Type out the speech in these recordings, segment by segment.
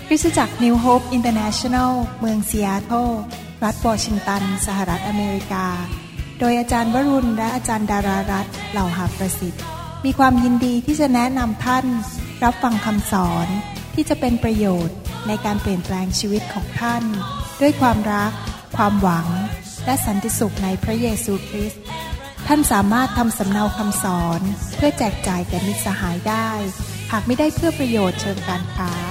คริสตจักร New Hope International เมืองซีแอตเทิลรัฐวอชิงตันสหรัฐอเมริกาโดยอาจารย์วรุณและอาจารย์ดารารัตน์เหล่าหาประสิทธิ์มีความยินดีที่จะแนะนำท่านรับฟังคำสอนที่จะเป็นประโยชน์ในการเปลี่ยนแปลงชีวิตของท่านด้วยความรักความหวังและสันติสุขในพระเยซูคริสต์ท่านสามารถทำสำเนาคำสอนเพื่อแจกจ่ายแก่มิตรสหายได้หากไม่ได้เพื่อประโยชน์เชิงการค้า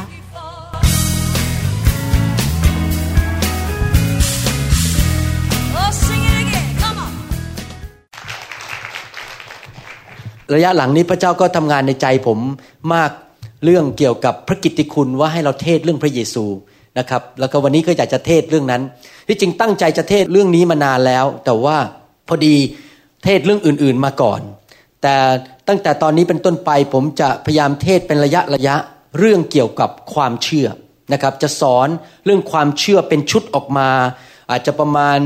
ระยะหลังนี้พระเจ้าก็ทำงานในใจผมมากเรื่องเกี่ยวกับพระกิตติคุณว่าให้เราเทศเรื่องพระเยซูนะครับแล้วก็วันนี้ก็อยากจะเทศเรื่องนั้นที่จริงตั้งใจจะเทศเรื่องนี้มานานแล้วแต่ว่าพอดีเทศเรื่องอื่นๆมาก่อนแต่ตั้งแต่ตอนนี้เป็นต้นไปผมจะพยายามเทศเป็นระยะเรื่องเกี่ยวกับความเชื่อนะครับจะสอนเรื่องความเชื่อเป็นชุดออกมาอาจจะประมาณ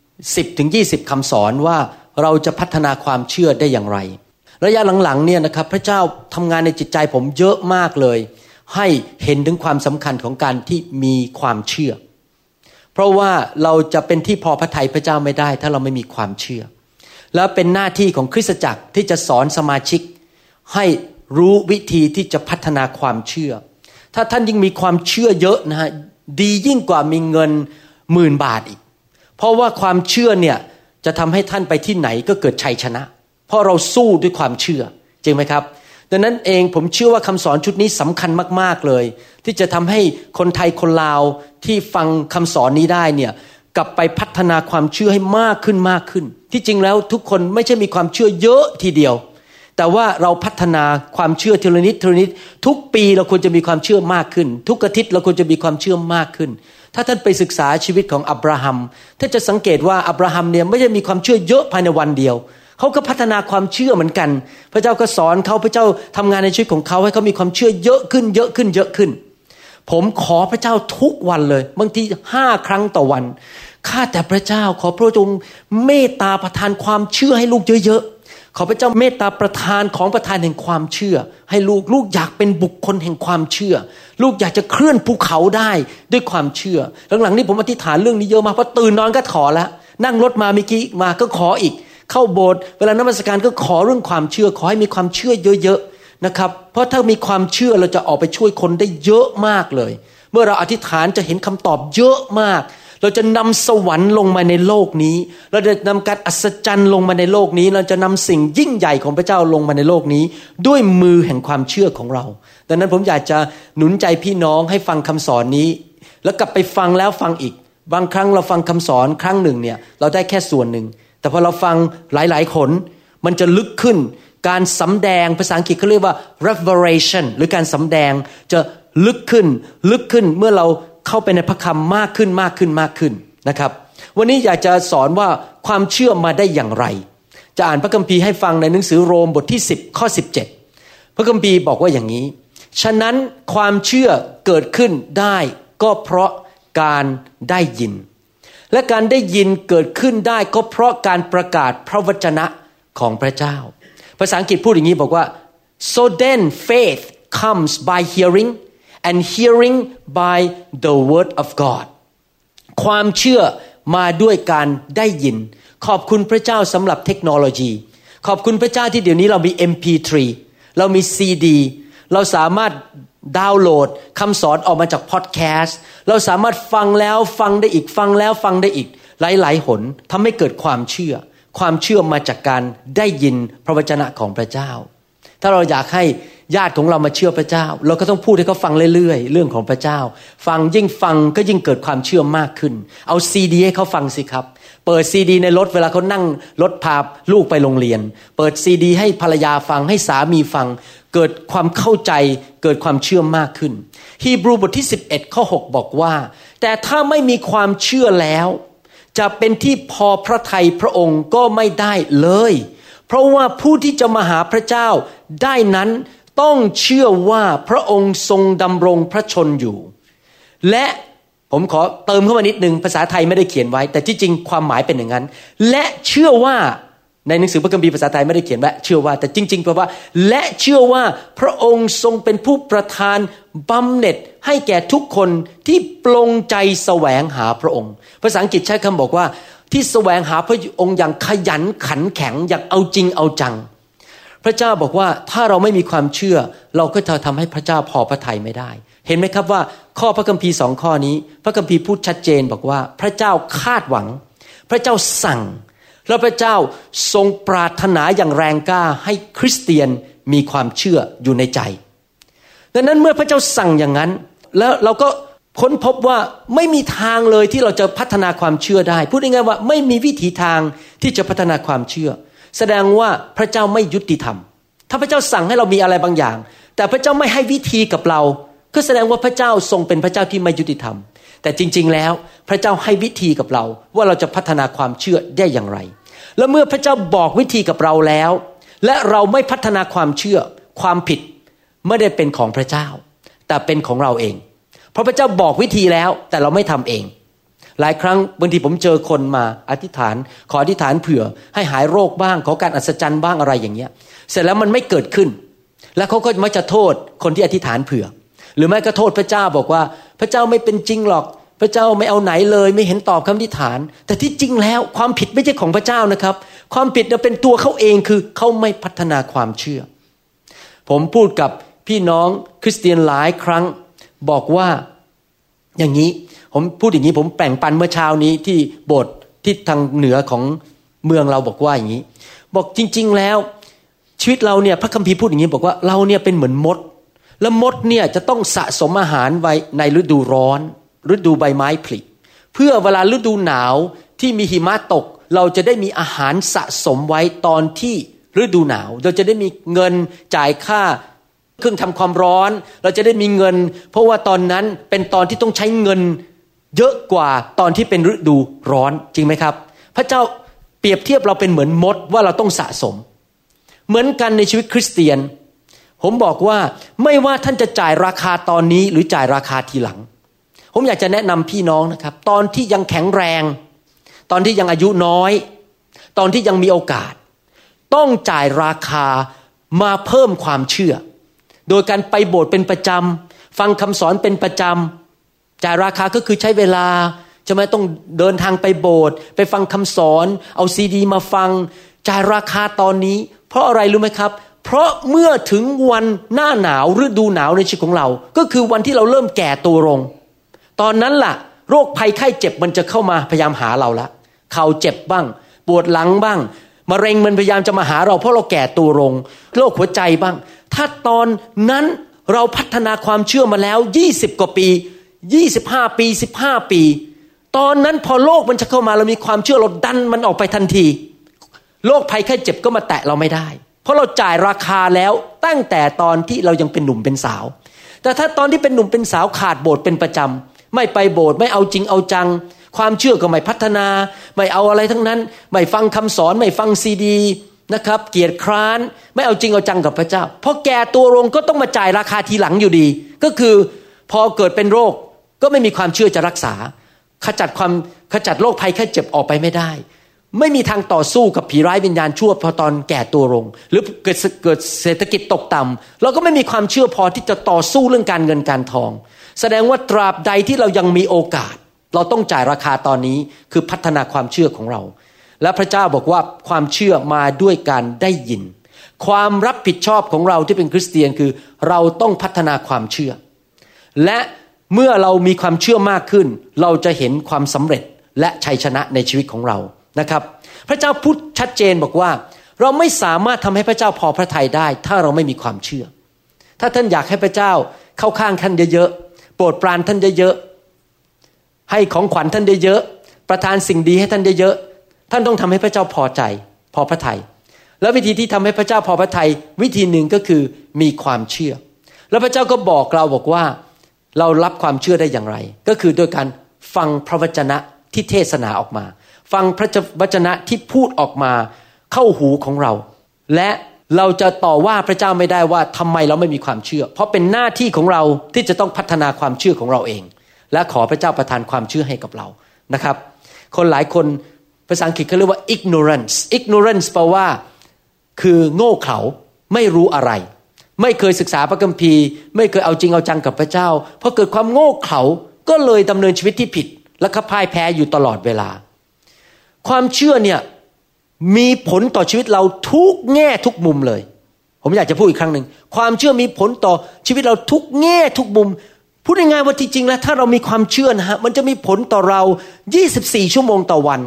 10-20 คำสอนว่าเราจะพัฒนาความเชื่อได้อย่างไรระยะหลังๆเนี่ยนะครับพระเจ้าทำงานในจิตใจผมเยอะมากเลยให้เห็นถึงความสำคัญของการที่มีความเชื่อเพราะว่าเราจะเป็นที่พอพระทัยพระเจ้าไม่ได้ถ้าเราไม่มีความเชื่อแล้วเป็นหน้าที่ของคริสตจักรที่จะสอนสมาชิกให้รู้วิธีที่จะพัฒนาความเชื่อถ้าท่านยิ่งมีความเชื่อเยอะนะฮะดียิ่งกว่ามีเงิน10,000 บาทอีกเพราะว่าความเชื่อเนี่ยจะทำให้ท่านไปที่ไหนก็เกิดชัยชนะเพราะเราสู้ด้วยความเชื่อจริงไหมครับดังนั้นเองผมเชื่อว่าคำสอนชุดนี้สำคัญมากๆเลยที่จะทำให้คนไทยคนลาวที่ฟังคำสอนนี้ได้เนี่ยกลับไปพัฒนาความเชื่อให้มากขึ้นที่จริงแล้วทุกคนไม่ใช่มีความเชื่อเยอะทีเดียวแต่ว่าเราพัฒนาความเชื่อทีละนิดทุกปีเราควรจะมีความเชื่อมากขึ้นทุกอาทิตย์เราควรจะมีความเชื่อมากขึ้นถ้าท่านไปศึกษาชีวิตของอับราฮัมท่านจะสังเกตว่าอับราฮัมเนี่ยไม่ได้มีความเชื่อเยอะภายในวันเดียวเขาก็พัฒนาความเชื่อเหมือนกันพระเจ้าก็สอนเขาพระเจ้าทำงานในชีวิตของเขาให้เขามีความเชื่อเยอะขึ้นผมขอพระเจ้าทุกวันเลยบางที5 ครั้งต่อวันข้าแต่พระเจ้าขอพระองค์เมตตาประทานความเชื่อให้ลูกเยอะๆขอพระเจ้าเมตตาประทานของประทานแห่งความเชื่อให้ลูกอยากเป็นบุคคลแห่งความเชื่อลูกอยากจะเคลื่อนภูเขาได้ด้วยความเชื่อหลังๆนี้ผมอธิษฐานเรื่องนี้เยอะมากเพราะตื่นนอนก็ขอแล้วนั่งรถมาเมื่อกี้มาก็ขออีกเข้าโบสถ์เวลานมัสการก็ขอเรื่องความเชื่อขอให้มีความเชื่อเยอะๆนะครับเพราะถ้ามีความเชื่อเราจะออกไปช่วยคนได้เยอะมากเลยเมื่อเราอธิษฐานจะเห็นคำตอบเยอะมากเราจะนำสวรรค์ลงมาในโลกนี้เราจะนำการอัศจรรย์ลงมาในโลกนี้เราจะนำสิ่งยิ่งใหญ่ของพระเจ้าลงมาในโลกนี้ด้วยมือแห่งความเชื่อของเราดังนั้นผมอยากจะหนุนใจพี่น้องให้ฟังคำสอนนี้แล้วกลับไปฟังแล้วฟังอีกบางครั้งเราฟังคำสอนครั้งหนึ่งเนี่ยเราได้แค่ส่วนหนึ่งแต่พอเราฟังหลายๆคนมันจะลึกขึ้นการสำแดงภาษาอังกฤษเขาเรียกว่า revelation หรือการสำแดงจะลึกขึ้นเมื่อเราเข้าไปในพระคำมากขึ้นนะครับวันนี้อยากจะสอนว่าความเชื่อมาได้อย่างไรจะอ่านพระคัมภีร์ให้ฟังในหนังสือโรมบทที่10ข้อ17พระคัมภีร์บอกว่าอย่างนี้ฉะนั้นความเชื่อเกิดขึ้นได้ก็เพราะการได้ยินและการได้ยินเกิดขึ้นได้ก็เพราะการประกาศพระวจนะของพระเจ้าภาษาอังกฤษพูดอย่างนี้บอกว่า so then faith comes by hearing and hearing by the word of God ความเชื่อมาด้วยการได้ยินขอบคุณพระเจ้าสำหรับเทคโนโลยีขอบคุณพระเจ้าที่เดี๋ยวนี้เรามี MP3 เรามี CD เราสามารถดาวน์โหลดคำสอนออกมาจากพอดแคสต์เราสามารถฟังแล้วฟังได้อีกฟังแล้วฟังได้อีกหลายๆหนทำให้เกิดความเชื่อมาจากการได้ยินพระวจนะของพระเจ้าถ้าเราอยากให้ญาติของเรามาเชื่อพระเจ้าเราก็ต้องพูดให้เขาฟังเรื่อยๆเรื่องของพระเจ้ายิ่งฟังก็ยิ่งเกิดความเชื่อมากขึ้นเอาซีดีให้เขาฟังสิครับเปิดซีดีในรถเวลาเขานั่งรถพาลูกไปโรงเรียนเปิดซีดีให้ภรรยาฟังให้สามีฟังเกิดความเข้าใจเกิดความเชื่อมากขึ้นฮีบรูบทที่11ข้อ6บอกว่าแต่ถ้าไม่มีความเชื่อแล้วจะเป็นที่พอพระทัยพระองค์ก็ไม่ได้เลยเพราะว่าผู้ที่จะมาหาพระเจ้าได้นั้นต้องเชื่อว่าพระองค์ทรงดำรงพระชนอยู่และผมขอเติมเข้ามานิดนึงภาษาไทยไม่ได้เขียนไว้แต่ที่จริงความหมายเป็นอย่างนั้นและเชื่อว่าในหนังสือพระคัมภีร์ภาษาไทยไม่ได้เขียนว่าเชื่อว่าแต่จริงๆแปลว่าและเชื่อว่าพระองค์ทรงเป็นผู้ประทานบำเหน็จให้แก่ทุกคนที่ปลงใจแสวงหาพระองค์ภาษาอังกฤษใช้คำบอกว่าที่แสวงหาพระองค์อย่างขยันขันแข็งอย่างเอาจริงเอาจังพระเจ้าบอกว่าถ้าเราไม่มีความเชื่อเราก็จะทำให้พระเจ้าพอพระทัยไม่ได้เห็นไหมครับว่าข้อพระคัมภีร์2ข้อนี้พระคัมภีร์พูดชัดเจนบอกว่าพระเจ้าคาดหวังพระเจ้าสั่งแล้วพระเจ้าทรงปรารถนาอย่างแรงกล้าให้คริสเตียนมีความเชื่ออยู่ในใจดังนั้นเมื่อพระเจ้าสั่งอย่างนั้นแล้วเราก็ค้นพบว่าไม่มีทางเลยที่เราจะพัฒนาความเชื่อได้พูดง่ายๆว่าไม่มีวิถีทางที่จะพัฒนาความเชื่อแสดงว่าพระเจ้าไม่ยุติธรรมถ้าพระเจ้าสั่งให้เรามีอะไรบางอย่างแต่พระเจ้าไม่ให้วิธีกับเราก็แสดงว่าพระเจ้าทรงเป็นพระเจ้าที่ไม่ยุติธรรมแต่จริงๆแล้วพระเจ้าให้วิธีกับเราว่าเราจะพัฒนาความเชื่อได้อย่างไรแล้วเมื่อพระเจ้าบอกวิธีกับเราแล้วและเราไม่พัฒนาความเชื่อความผิดไม่ได้เป็นของพระเจ้าแต่เป็นของเราเองเพราะพระเจ้าบอกวิธีแล้วแต่เราไม่ทำเองหลายครั้งบางทีผมเจอคนมาอธิษฐานขออธิษฐานเผื่อให้หายโรคบ้างขอการอัศจรรย์บ้างอะไรอย่างเงี้ยเสร็จแล้วมันไม่เกิดขึ้นแล้วเขาก็มักจะโทษคนที่อธิษฐานเผื่อหรือไม่ก็โทษพระเจ้าบอกว่าพระเจ้าไม่เป็นจริงหรอกพระเจ้าไม่เอาไหนเลยไม่เห็นตอบคำอธิษฐานแต่ที่จริงแล้วความผิดไม่ใช่ของพระเจ้านะครับความผิดเป็นตัวเขาเองคือเขาไม่พัฒนาความเชื่อผมพูดกับพี่น้องคริสเตียนหลายครั้งบอกว่าอย่างนี้ผมพูดอย่างนี้ผมแบ่งปันเมื่อเช้านี้ที่โบสถ์ที่ทางเหนือของเมืองเราบอกว่าอย่างนี้บอกจริงๆแล้วชีวิตเราเนี่ยพระคัมภีร์พูดอย่างนี้บอกว่าเราเนี่ยเป็นเหมือนมดแล้วมดเนี่ยจะต้องสะสมอาหารไว้ในฤดูร้อนฤดูใบไม้ผลิเพื่อเวลาฤดูหนาวที่มีหิมะตกเราจะได้มีอาหารสะสมไว้ตอนที่ฤดูหนาวเราจะได้มีเงินจ่ายค่าเครื่องทำความร้อนเราจะได้มีเงินเพราะว่าตอนนั้นเป็นตอนที่ต้องใช้เงินเยอะกว่าตอนที่เป็นฤดูร้อนจริงไหมครับพระเจ้าเปรียบเทียบเราเป็นเหมือนมดว่าเราต้องสะสมเหมือนกันในชีวิตคริสเตียนผมบอกว่าไม่ว่าท่านจะจ่ายราคาตอนนี้หรือจ่ายราคาทีหลังผมอยากจะแนะนำพี่น้องนะครับตอนที่ยังแข็งแรงตอนที่ยังอายุน้อยตอนที่ยังมีโอกาสต้องจ่ายราคามาเพิ่มความเชื่อโดยการไปโบสถ์เป็นประจำฟังคำสอนเป็นประจำจ่ายราคาก็คือใช้เวลาจะไม่ต้องเดินทางไปโบสถ์ไปฟังคำสอนเอาซีดีมาฟังจ่ายราคาตอนนี้เพราะอะไรรู้ไหมครับเพราะเมื่อถึงวันหน้าหนาวฤดูหนาวในชีวิตของเราก็คือวันที่เราเริ่มแก่ตัวลงตอนนั้นล่ะโรคภัยไข้เจ็บมันจะเข้ามาพยายามหาเราละเข่าเจ็บบ้างปวดหลังบ้างมะเร็งมันพยายามจะมาหาเราเพราะเราแก่ตัวลงโรคหัวใจบ้างถ้าตอนนั้นเราพัฒนาความเชื่อมาแล้ว20กว่าปี25ปี15ปีตอนนั้นพอโรคมันจะเข้ามาเรามีความเชื่อเราดันมันออกไปทันทีโรคภัยไข้เจ็บก็มาแตะเราไม่ได้เพราะเราจ่ายราคาแล้วตั้งแต่ตอนที่เรายังเป็นหนุ่มเป็นสาวแต่ถ้าตอนที่เป็นหนุ่มเป็นสาวขาดโบสถ์เป็นประจำไม่ไปโบสถ์ไม่เอาจริงเอาจังความเชื่อก็ไม่พัฒนาไม่เอาอะไรทั้งนั้นไม่ฟังคำสอนไม่ฟังซีดีนะครับเกียรติคร้านไม่เอาจริงเอาจังกับพระเจ้าพอแก่ตัวลงก็ต้องมาจ่ายราคาทีหลังอยู่ดีก็คือพอเกิดเป็นโรคก็ไม่มีความเชื่อจะรักษาขจัดโรคภัยแค่เจ็บออกไปไม่ได้ไม่มีทางต่อสู้กับผีร้ายวิญญาณชั่วพอตอนแก่ตัวลงหรือเกิดเศรษฐกิจตกต่ำเราก็ไม่มีความเชื่อพอที่จะต่อสู้เรื่องการเงินการทองแสดงว่าตราบใดที่เรายังมีโอกาสเราต้องจ่ายราคาตอนนี้คือพัฒนาความเชื่อของเราและพระเจ้าบอกว่าความเชื่อมาด้วยการได้ยินความรับผิดชอบของเราที่เป็นคริสเตียนคือเราต้องพัฒนาความเชื่อและเมื่อเรามีความเชื่อมากขึ้นเราจะเห็นความสำเร็จและชัยชนะในชีวิตของเรานะครับพระเจ้าพูดชัดเจนบอกว่าเราไม่สามารถทำให้พระเจ้าพอพระทัยได้ถ้าเราไม่มีความเชื่อถ้าท่านอยากให้พระเจ้าเข้าข้างท่านเยอะๆโปรดปรานท่านเยอะๆให้ของขวัญท่านเยอะๆประทานสิ่งดีให้ท่านเยอะๆท่านต้องทำให้พระเจ้าพอใจพอพระทัยแล้ววิธีที่ทำให้พระเจ้าพอพระทัยวิธีหนึ่งก็คือมีความเชื่อแล้วพระเจ้าก็บอกเราบอกว่าเรารับความเชื่อได้อย่างไรก็คือโดยการฟังพระวจนะที่เทศนาออกมาฟังพระวจนะที่พูดออกมาเข้าหูของเราและเราจะต่อว่าพระเจ้าไม่ได้ว่าทำไมเราไม่มีความเชื่อเพราะเป็นหน้าที่ของเราที่จะต้องพัฒนาความเชื่อของเราเองและขอพระเจ้าประทานความเชื่อให้กับเรานะครับคนหลายคนภาษาอังกฤษเขาเรียกว่า ignorance แปลว่าคือโง่เขลาไม่รู้อะไรไม่เคยศึกษาพระคัมภีร์ไม่เคยเอาจริงเอาจังกับพระเจ้าพอเกิดความโง่เขลาก็เลยดำเนินชีวิตที่ผิดและก็พ่ายแพ้อยู่ตลอดเวลาความเชื่อเนี่ยมีผลต่อชีวิตเราทุกแง่ทุกมุมเลยผมอยากจะพูดอีกครั้งหนึ่งความเชื่อมีผลต่อชีวิตเราทุกแง่ทุกมุมพูดง่ายๆว่าที่จริงแล้วถ้าเรามีความเชื่อนะฮะมันจะมีผลต่อเรา24ชั่วโมงต่อวัน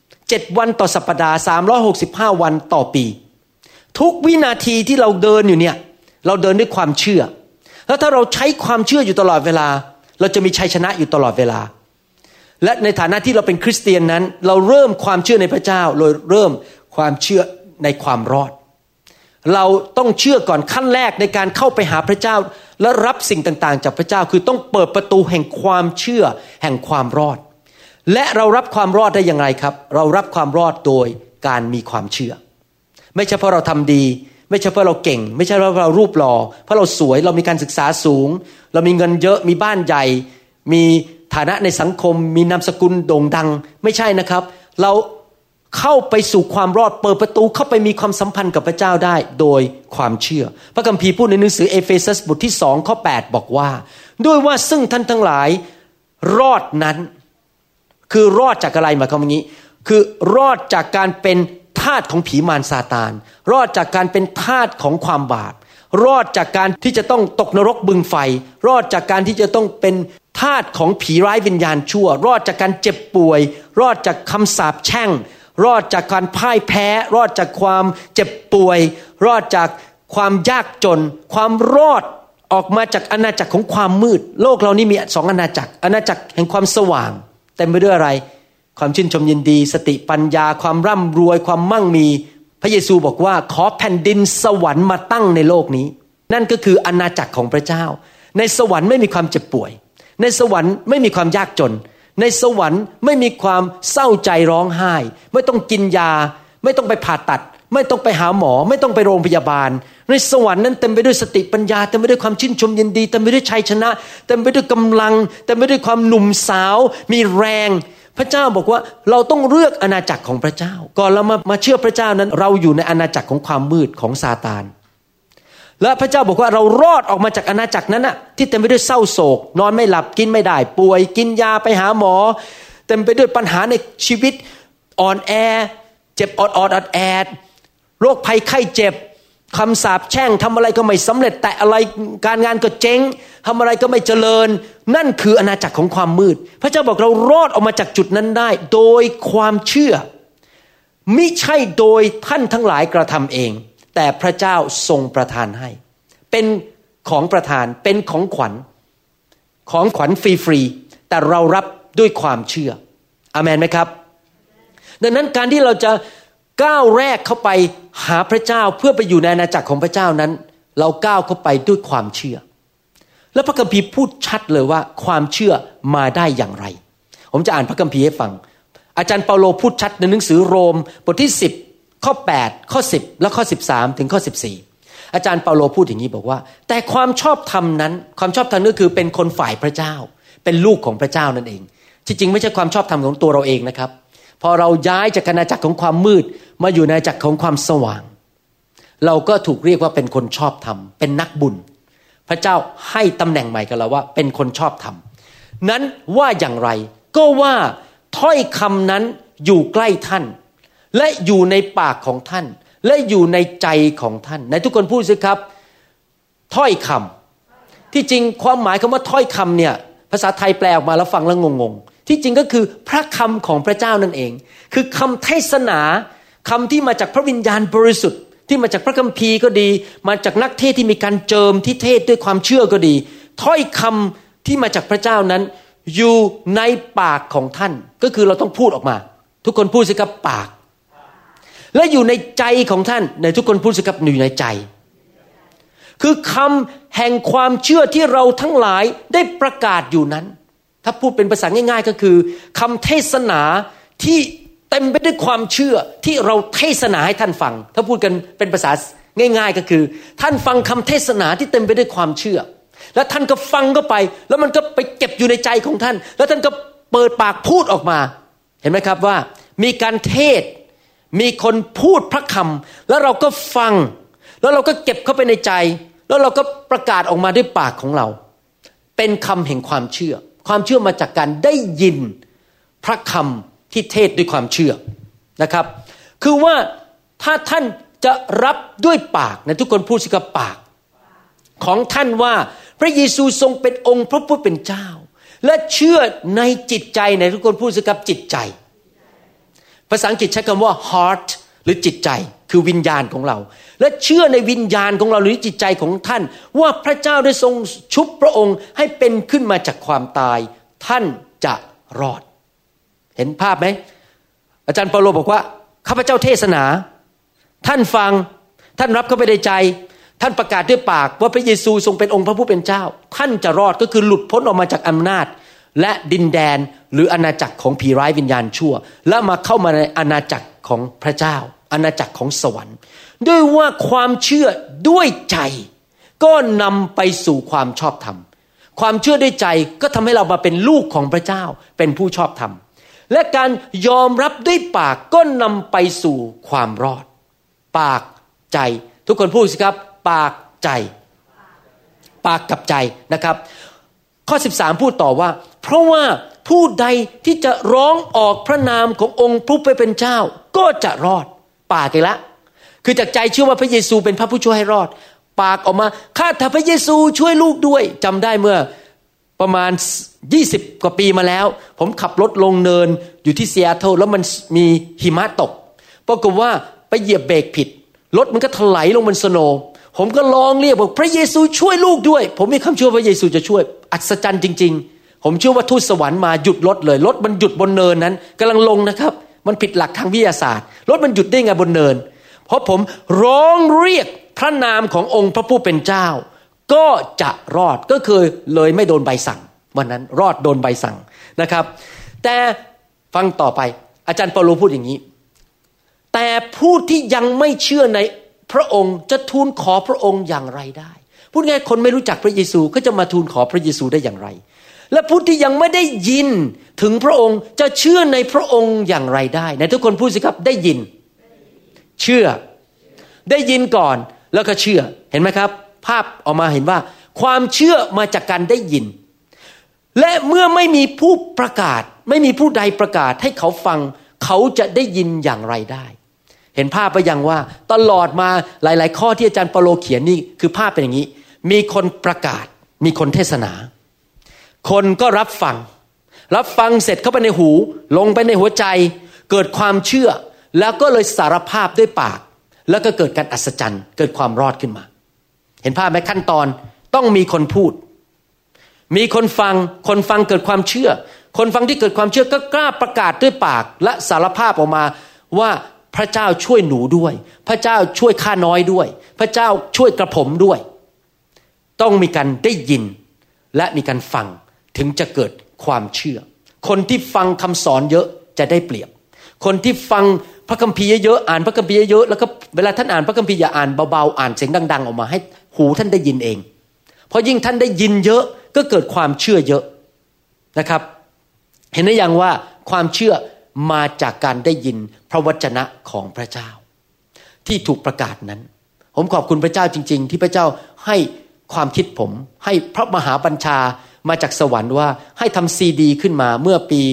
7วันต่อสัปดาห์365วันต่อปีทุกวินาทีที่เราเดินอยู่เนี่ยเราเดินด้วยความเชื่อแล้วถ้าเราใช้ความเชื่ออยู่ตลอดเวลาเราจะมีชัยชนะอยู่ตลอดเวลาและในฐานะที่เราเป็นคริสเตียนนั้นเราเริ่มความเชื่อในพระเจ้าโดยเริ่มความเชื่อในความรอดเราต้องเชื่อก่อนขั้นแรกในการเข้าไปหาพระเจ้าและรับสิ่งต่างๆจากพระเจ้าคือต้องเปิดประตูแห่งความเชื่อแห่งความรอดและเรารับความรอดได้อย่างไรครับเรารับความรอดโดยการมีความเชื่อไม่ใช่เพราะเราทำดีไม่ใช่เพราะเราเก่งไม่ใช่เพราะเรารูปหล่อเพราะเราสวยเรามีการศึกษาสูงเรามีเงินเยอะมีบ้านใหญ่มีฐานะในสังคมมีนามสกุลโด่งดังไม่ใช่นะครับเราเข้าไปสู่ความรอดเปิดประตูเข้าไปมีความสัมพันธ์กับพระเจ้าได้โดยความเชื่อพระคัมภีร์พูดในหนังสือเอเฟซัสบทที่2ข้อ8บอกว่าด้วยว่าซึ่งท่านทั้งหลายรอดนั้นคือรอดจากอะไรหมายความว่างี้คือรอดจากการเป็นทาสของผีมารซาตานรอดจากการเป็นทาสของความบาปรอดจากการที่จะต้องตกนรกบึงไฟรอดจากการที่จะต้องเป็นทาสของผีร้ายวิญญาณชั่วรอดจากการเจ็บป่วยรอดจากคำสาปแช่งรอดจากการพ่ายแพ้รอดจากความเจ็บป่วยรอดจากความยากจนความรอดออกมาจากอาณาจักรของความมืดโลกเรานี่มี2อาณาจักรอาณาจักรแห่งความสว่างเต็มไปด้วยอะไรความชื่นชมยินดีสติปัญญาความร่ำรวยความมั่งมีพระเยซูบอกว่าขอแผ่นดินสวรรค์มาตั้งในโลกนี้นั่นก็คืออาณาจักรของพระเจ้าในสวรรค์ไม่มีความเจ็บป่วยในสวรรค์ไม่มีความยากจนในสวรรค์ไม่มีความเศร้าใจร้องไห้ไม่ต้องกินยาไม่ต้องไปผ่าตัดไม่ต้องไปหาหมอไม่ต้องไปโรงพยาบาลในสวรรค์นั้นเต็มไปด้วยสติปัญญาเต็มไปด้วยความชื่นชมยินดีเต็มไปด้วยชัยชนะเต็มไปด้วยกำลังเต็มไปด้วยความหนุ่มสาวมีแรงพระเจ้าบอกว่าเราต้องเลือกอาณาจักรของพระเจ้าก่อนเรามาเชื่อพระเจ้านั้นเราอยู่ในอาณาจักรของความมืดของซาตานและพระเจ้าบอกว่าเรารอดออกมาจากอาณาจักรนั้นน่ะที่เต็มไปด้วยเศร้าโศกนอนไม่หลับกินไม่ได้ป่วยกินยาไปหาหมอเต็มไปด้วยปัญหาในชีวิตอ่อนแอเจ็บออดแอดโรคภัยไข้เจ็บคำสาปแช่งทำอะไรก็ไม่สำเร็จแต่อะไรการงานก็เจ๊งทำอะไรก็ไม่เจริญนั่นคืออาณาจักรของความมืดพระเจ้าบอกเรารอดออกมาจากจุดนั้นได้โดยความเชื่อมิใช่โดยท่านทั้งหลายกระทำเองแต่พระเจ้าทรงประทานให้เป็นของประทานเป็นของขวัญฟรีๆแต่เรารับด้วยความเชื่ออาเมนไหมครับดังนั้นการที่เราจะก้าวแรกเข้าไปหาพระเจ้าเพื่อไปอยู่ในอาณาจักรของพระเจ้านั้นเราก้าวเข้าไปด้วยความเชื่อและพระคัมภีร์พูดชัดเลยว่าความเชื่อมาได้อย่างไรผมจะอ่านพระคัมภีร์ให้ฟังอาจารย์เปาโลพูดชัดในหนังสือโรมบทที่10ข้อ8ข้อ10และข้อ13ถึงข้อ14อาจารย์เปาโลพูดอย่างนี้บอกว่าแต่ความชอบธรรมนั้นความชอบธรรมก็คือเป็นคนฝ่ายพระเจ้าเป็นลูกของพระเจ้านั่นเองที่จริงไม่ใช่ความชอบธรรมของตัวเราเองนะครับพอเราย้ายจากอาณาจักรของความมืดมาอยู่ในอาณาจักรของความสว่างเราก็ถูกเรียกว่าเป็นคนชอบธรรมเป็นนักบุญพระเจ้าให้ตำแหน่งใหม่กับเราว่าเป็นคนชอบธรรมนั้นว่าอย่างไรก็ว่าถ้อยคำนั้นอยู่ใกล้ท่านและอยู่ในปากของท่านและอยู่ในใจของท่านในทุกคนพูดสิครับถ้อยคำที่จริงความหมายคำว่าถ้อยคำเนี่ยภาษาไทยแปลออกมาแล้วฟังแล้วงงๆที่จริงก็คือพระคำของพระเจ้านั่นเองคือคำเทศนาคำที่มาจากพระวิญญาณบริสุทธิ์ที่มาจากพระคัมภีร์ก็ดีมาจากนักเทศที่มีการเจิมที่เทศด้วยความเชื่อก็ดีถ้อยคำที่มาจากพระเจ้านั้นอยู่ในปากของท่านก็คือเราต้องพูดออกมาทุกคนพูดสิครับปากและอยู่ในใจของท่านในทุกคนพูดสิครับอยู่ในใจคือคำแห่งความเชื่อที่เราทั้งหลายได้ประกาศอยู่นั้นถ้าพูดเป็นภาษาง่ายๆก็คือคำเทศนาที่เต็มไปด้วยความเชื่อที่เราเทศนาให้ท่านฟังถ้าพูดกันเป็นภาษาง่ายๆก็คือท่านฟังคำเทศนาที่เต็มไปด้วยความเชื่อแล้วท่านก็ฟังเข้าไปแล้วมันก็ไปเก็บอยู่ในใจของท่านแล้วท่านก็เปิดปากพูดออกมาเห็นไหมครับว่ามีการเทศมีคนพูดพระคำแล้วเราก็ฟังแล้วเราก็เก็บเข้าไปในใจแล้วเราก็ประกาศออกมาด้วยปากของเราเป็นคำแห่งความเชื่อความเชื่อมาจากการได้ยินพระคำที่เทศด้วยความเชื่อนะครับคือว่าถ้าท่านจะรับด้วยปากนะทุกคนพูดสิกับปากของท่านว่าพระเยซูทรงเป็นองค์พระผู้เป็นเจ้าและเชื่อในจิตใจในทุกคนพูดสิกับจิตใจภาษาอังกฤษใช้คำว่า heart หรือจิตใจคือวิญญาณของเราและเชื่อในวิญญาณของเราหรือจิตใจของท่านว่าพระเจ้าได้ทรงชุบพระองค์ให้เป็นขึ้นมาจากความตายท่านจะรอดเห็นภาพไหมอาจารย์เปาโลบอกว่าข้าพเจ้าเทศนาท่านฟังท่านรับเข้าไปในใจท่านประกาศด้วยปากว่าพระเยซูทรงเป็นองค์พระผู้เป็นเจ้าท่านจะรอดก็คือหลุดพ้นออกมาจากอำนาจและดินแดนหรืออาณาจักรของผีร้ายวิญญาณชั่วและมาเข้ามาในอาณาจักรของพระเจ้าอาณาจักรของสวรรค์ด้วยว่าความเชื่อด้วยใจก็นำไปสู่ความชอบธรรมความเชื่อด้วยใจก็ทำให้เรามาเป็นลูกของพระเจ้าเป็นผู้ชอบธรรมและการยอมรับด้วยปากก็นำไปสู่ความรอดปากใจทุกคนพูดสิครับปากใจปากกับใจนะครับข้อ13พูดต่อว่าเพราะว่าผู้ใดที่จะร้องออกพระนามขององค์ผู้เป็นเจ้าก็จะรอดปากอีกแล้วคือจากใจเชื่อว่าพระเยซูเป็นพระผู้ช่วยให้รอดปากออกมาข้าแต่พระเยซูช่วยลูกด้วยจำได้เมื่อประมาณ20กว่าปีมาแล้วผมขับรถลงเนินอยู่ที่ซีแอตเทิลแล้วมันมีหิมะตกปรากฏว่าไปเหยียบเบรกผิดรถมันก็ถลายลงบนสโนว์ผมก็ร้องเรียกบอกพระเยซูช่วยลูกด้วยผมมีคำเชื่อพระเยซูจะช่วยอัศจรรย์จริงๆผมเชื่อว่าทูตสวรรค์มาหยุดรถเลยรถมันหยุดบนเนินนั้นกำลังลงนะครับมันผิดหลักทางวิทยาศาสตร์รถมันหยุดได้ไงบนเนินเพราะผมร้องเรียกพระนามขององค์พระผู้เป็นเจ้าก็จะรอดก็คือเลยไม่โดนใบสั่งวันนั้นรอดโดนใบสั่งนะครับแต่ฟังต่อไปอาจารย์เปาโลพูดอย่างนี้แต่ผู้ที่ยังไม่เชื่อในพระองค์จะทูลขอพระองค์อย่างไรได้พูดง่ายคนไม่รู้จักพระเยซูก็จะมาทูลขอพระเยซูได้อย่างไรและผู้ที่ยังไม่ได้ยินถึงพระองค์จะเชื่อในพระองค์อย่างไรได้ไหนทุกคนพูดสิครับได้ยินเชื่อได้ยินก่อนแล้วก็เชื่อเห็นไหมครับภาพออกมาเห็นว่าความเชื่อมาจากการได้ยินและเมื่อไม่มีผู้ประกาศไม่มีผู้ใดประกาศให้เขาฟังเขาจะได้ยินอย่างไรได้เห็นภาพไปยังว่าตลอดมาหลายๆข้อที่อาจารย์เปาโลเขียนนี่คือภาพเป็นอย่างนี้มีคนประกาศมีคนเทศนาคนก็รับฟังเสร็จเข้าไปในหูลงไปในหัวใจเกิดความเชื่อแล้วก็เลยสารภาพด้วยปากแล้วก็เกิดการอัศจรรย์เกิดความรอดขึ้นมาเห็นภาพไหมขั้นตอนต้องมีคนพูดมีคนฟังเกิดความเชื่อคนฟังที่เกิดความเชื่อก็กล้าประกาศด้วยปากและสารภาพออกมาว่าพระเจ้าช่วยหนูด้วยพระเจ้าช่วยข้าน้อยด้วยพระเจ้าช่วยกระผมด้วยต้องมีการได้ยินและมีการฟังถึงจะเกิดความเชื่อคนที่ฟังคำสอนเยอะจะได้เปรียบคนที่ฟังพระคัมภีร์เยอะๆอ่านพระคัมภีร์เยอะๆแล้วก็เวลาท่านอ่านพระคัมภีร์อย่าอ่านเบาๆอ่านเสียงดังๆออกมาให้หูท่านได้ยินเองเพราะยิ่งท่านได้ยินเยอะก็เกิดความเชื่อเยอะนะครับเห็นได้ยังว่าความเชื่อมาจากการได้ยินพระวจนะของพระเจ้าที่ถูกประกาศนั้นผมขอบคุณพระเจ้าจริงๆที่พระเจ้าให้ความคิดผมให้พระมหาบัญชามาจากสวรรค์ว่าให้ทำซีดีขึ้นมาเมื่อปี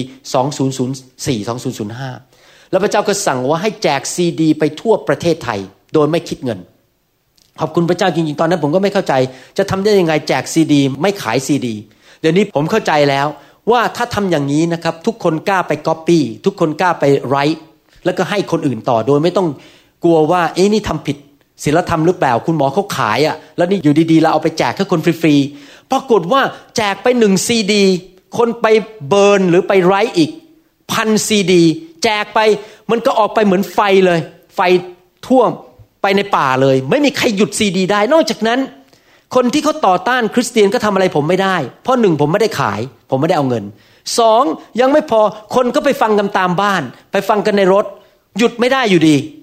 2004-2005แล้วพระเจ้าก็สั่งว่าให้แจกซีดีไปทั่วประเทศไทยโดยไม่คิดเงินขอบคุณพระเจ้าจริงๆตอนนั้นผมก็ไม่เข้าใจจะทำได้ยังไงแจกซีดีไม่ขายซีดีเดี๋ยวนี้ผมเข้าใจแล้วว่าถ้าทำอย่างนี้นะครับทุกคนกล้าไปก๊อปปี้ทุกคนกล้าไปไรท์แล้วก็ให้คนอื่นต่อโดยไม่ต้องกลัวว่านี่ทำผิดศีลธรรมหรือเปล่าคุณหมอเขาขายแล้วนี่อยู่ดีๆเราเอาไปแจกให้คนฟรีๆปรากฏว่าแจกไป1ซีดีคนไปเบิร์นหรือไปไรท์อีก1,000ซีดีแจกไปมันก็ออกไปเหมือนไฟเลยไฟท่วมไปในป่าเลยไม่มีใครหยุดซีดีได้นอกจากนั้นคนที่เขาต่อต้านคริสเตียนก็ทำอะไรผมไม่ได้เพราะ1ผมไม่ได้ขายผมไม่ได้เอาเงิน2ยังไม่พอคนก็ไปฟังกันตามบ้านไปฟังกันในรถหยุดไม่ได้อยู่ดี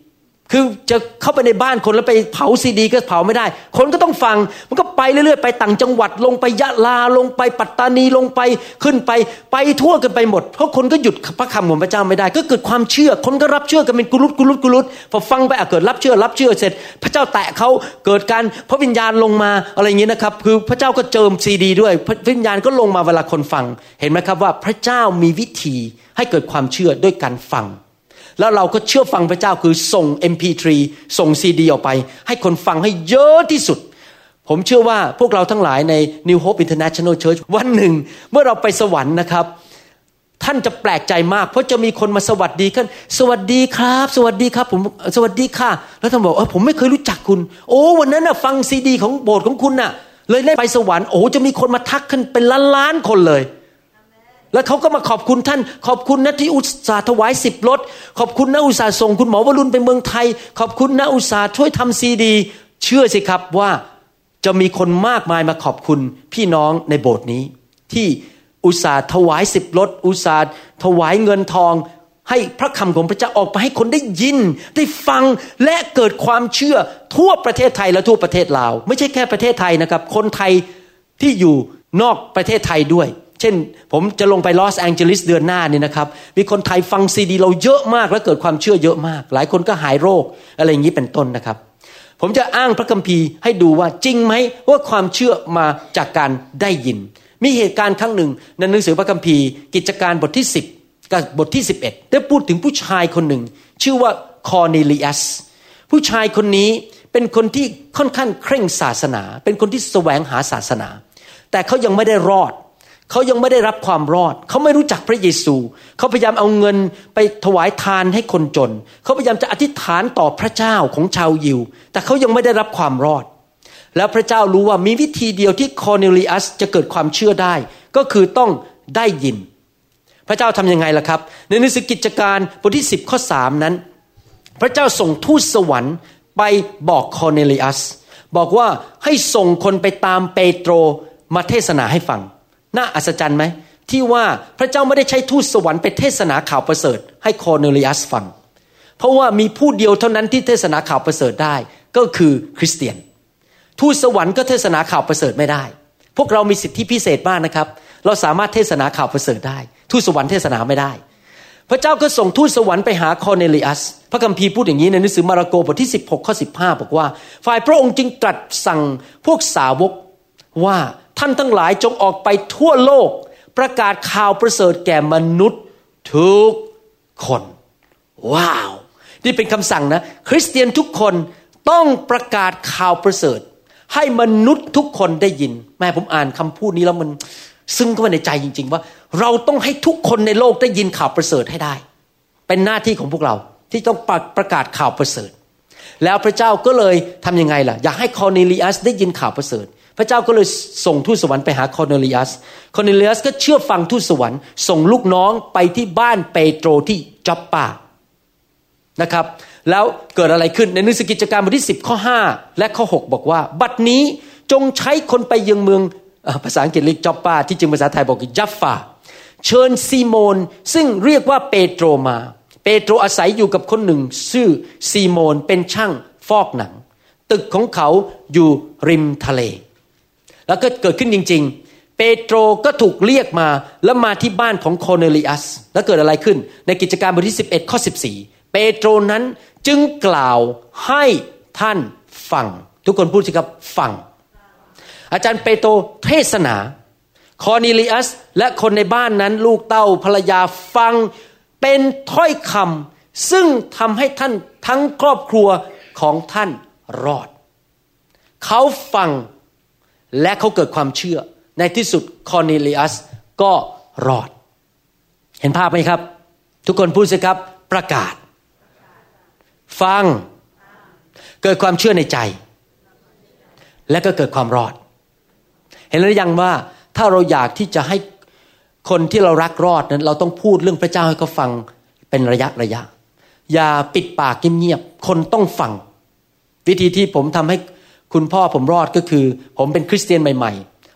คือจะเข้าไปในบ้านคนแล้วไปเผาซีดีก็เผาไม่ได้คนก็ต้องฟังมันก็ไปเรื่อยๆไปต่างจังหวัดลงไปยะลาลงไปปัตตานีลงไปขึ้นไปทั่วกันไปหมดเพราะคนก็หยุดพระคำของพระเจ้าไม่ได้ก็เกิดความเชื่อคนก็รับเชื่อกันเป็นกุลุตพอฟังไปเกิดรับเชื่อเสร็จพระเจ้าแตะเขาเกิดการพระวิญญาณลงมาอะไรอย่างนี้นะครับคือพระเจ้าก็เจิมซีดีด้วยพระวิญญาณก็ลงมาเวลาคนฟังเห็นไหมครับว่าพระเจ้ามีวิธีให้เกิดความเชื่อด้วยการฟังแล้วเราก็เชื่อฟังพระเจ้าคือส่ง MP3 ส่ง CD ออกไปให้คนฟังให้เยอะที่สุดผมเชื่อว่าพวกเราทั้งหลายใน New Hope International Church วันหนึ่งเมื่อเราไปสวรรค์นะครับท่านจะแปลกใจมากเพราะจะมีคนมาสวัสดีกันสวัสดีครับสวัสดีครับผมสวัสดีค่ะแล้วท่านบอกผมไม่เคยรู้จักคุณโอ้วันนั้นน่ะฟัง CD ของโบสถ์ของคุณน่ะเลยได้ไปสวรรค์โอ้จะมีคนมาทักกันเป็นล้านๆคนเลยแล้วเขาก็มาขอบคุณท่านขอบคุณนะที่อุตส่าห์ถวาย10 รถขอบคุณนะอุตส่าห์ส่งคุณหมอวรุณไปเมืองไทยขอบคุณนะอุตส่าห์ช่วยทำซีดีเชื่อสิครับว่าจะมีคนมากมายมาขอบคุณพี่น้องในโบสถ์นี้ที่อุตส่าห์ถวาย10 รถอุตส่าห์ถวายเงินทองให้พระคำของพระเจ้าออกไปให้คนได้ยินได้ฟังและเกิดความเชื่อทั่วประเทศไทยและทั่วประเทศลาวไม่ใช่แค่ประเทศไทยนะครับคนไทยที่อยู่นอกประเทศไทยด้วยเช่นผมจะลงไปลอสแองเจลิสเดือนหน้านี่นะครับมีคนไทยฟังซีดีเราเยอะมากและเกิดความเชื่อเยอะมากหลายคนก็หายโรคอะไรอย่างนี้เป็นต้นนะครับผมจะอ้างพระคัมภีร์ให้ดูว่าจริงไหมว่าความเชื่อมาจากการได้ยินมีเหตุการณ์ครั้งหนึ่งในหนังสือพระคัมภีร์กิจการบทที่10กับบทที่11ได้พูดถึงผู้ชายคนหนึ่งชื่อว่าคอร์เนลิอัสผู้ชายคนนี้เป็นคนที่ค่อนข้างเคร่งศาสนาเป็นคนที่แสวงหาศาสนาแต่เขายังไม่ได้รอดเขายังไม่ได้รับความรอดเขาไม่รู้จักพระเยซูเขาพยายามเอาเงินไปถวายทานให้คนจนเขาพยายามจะอธิษฐานต่อพระเจ้าของชาวยิวแต่เขายังไม่ได้รับความรอดแล้วพระเจ้ารู้ว่ามีวิธีเดียวที่คอร์เนลิอัสจะเกิดความเชื่อได้ก็คือต้องได้ยินพระเจ้าทำยังไงล่ะครับในหนังสือกิจการบทที่10ข้อ3นั้นพระเจ้าส่งทูตสวรรค์ไปบอกคอร์เนลิอัสบอกว่าให้ส่งคนไปตามเปโตรมาเทศนาให้ฟังน่าอัศจรรย์ไหมที่ว่าพระเจ้าไม่ได้ใช้ทูตสวรรค์ไปเทศนาข่าวประเสริฐให้คอร์เนลิอัสฟังเพราะว่ามีผู้เดียวเท่านั้นที่เทศนาข่าวประเสริฐได้ก็คือคริสเตียนทูตสวรรค์ก็เทศนาข่าวประเสริฐไม่ได้พวกเรามีสิทธิพิเศษมากนะครับเราสามารถเทศนาข่าวประเสริฐได้ทูตสวรรค์เทศนาไม่ได้พระเจ้าก็ส่งทูตสวรรค์ไปหาคอร์เนลิอัสพระคัมภีร์พูดอย่างนี้ในหนังสือมาระโกบทที่16ข้อ15บอกว่าฝ่ายพระองค์จึงตรัสสั่งพวกสาวกว่าท่านทั้งหลายจงออกไปทั่วโลกประกาศข่าวประเสริฐแก่มนุษย์ทุกคนว้าวนี่เป็นคำสั่งนะคริสเตียนทุกคนต้องประกาศข่าวประเสริฐให้มนุษย์ทุกคนได้ยินแม่ผมอ่านคำพูดนี้แล้วมันซึ้งเข้ามาในใจจริงๆว่าเราต้องให้ทุกคนในโลกได้ยินข่าวประเสริฐให้ได้เป็นหน้าที่ของพวกเราที่ต้องประกาศข่าวประเสริฐแล้วพระเจ้าก็เลยทำยังไงล่ะอยากให้คอร์เนลิอัสได้ยินข่าวประเสริฐพระเจ้าก็เลยส่งทูตสวรรค์ไปหาคอร์เนลิอัสคอร์เนลิอัสก็เชื่อฟังทูตสวรรค์ส่งลูกน้องไปที่บ้านเปโตรที่จอปปานะครับแล้วเกิดอะไรขึ้นในหนังสือกิจการบทที่10ข้อ5และข้อ6บอกว่าบัดนี้จงใช้คนไปยังเมืองภาษาอังกฤษเรียกจอปปาที่จริงภาษาไทยบอกยัฟฟาเชิญซีโมนซึ่งเรียกว่าเปโตรมาเปโตรอาศัยอยู่กับคนหนึ่งชื่อซีโมนเป็นช่างฟอกหนังตึกของเขาอยู่ริมทะเลแล้วก็เกิดขึ้นจริงๆเปโตรก็ถูกเรียกมาแล้วมาที่บ้านของคอร์เนลิอัสแล้วเกิดอะไรขึ้นในกิจการบทที่11ข้อ14เปโตรนั้นจึงกล่าวให้ท่านฟังทุกคนพูดสิครับฟังอาจารย์เปโตรเทศนาคอร์เนลิอัสและคนในบ้านนั้นลูกเต้าภรรยาฟังเป็นถ้อยคำซึ่งทำให้ท่านทั้งครอบครัวของท่านรอดเขาฟังและเขาเกิดความเชื่อในที่สุดคอร์เนลิอัสก็รอดเห็นภาพไหมครับทุกคนพูดสิครับประกาศฟังเกิดความเชื่อในใจและก็เกิดความรอดเห็นหรือยังว่าถ้าเราอยากที่จะให้คนที่เรารักรอดนั้นเราต้องพูดเรื่องพระเจ้าให้เขาฟังเป็นระยะอย่าปิดปากเงียบๆคนต้องฟังวิธีที่ผมทำให้คุณพ่อผมรอดก็คือผมเป็นคริสเตียนใหม่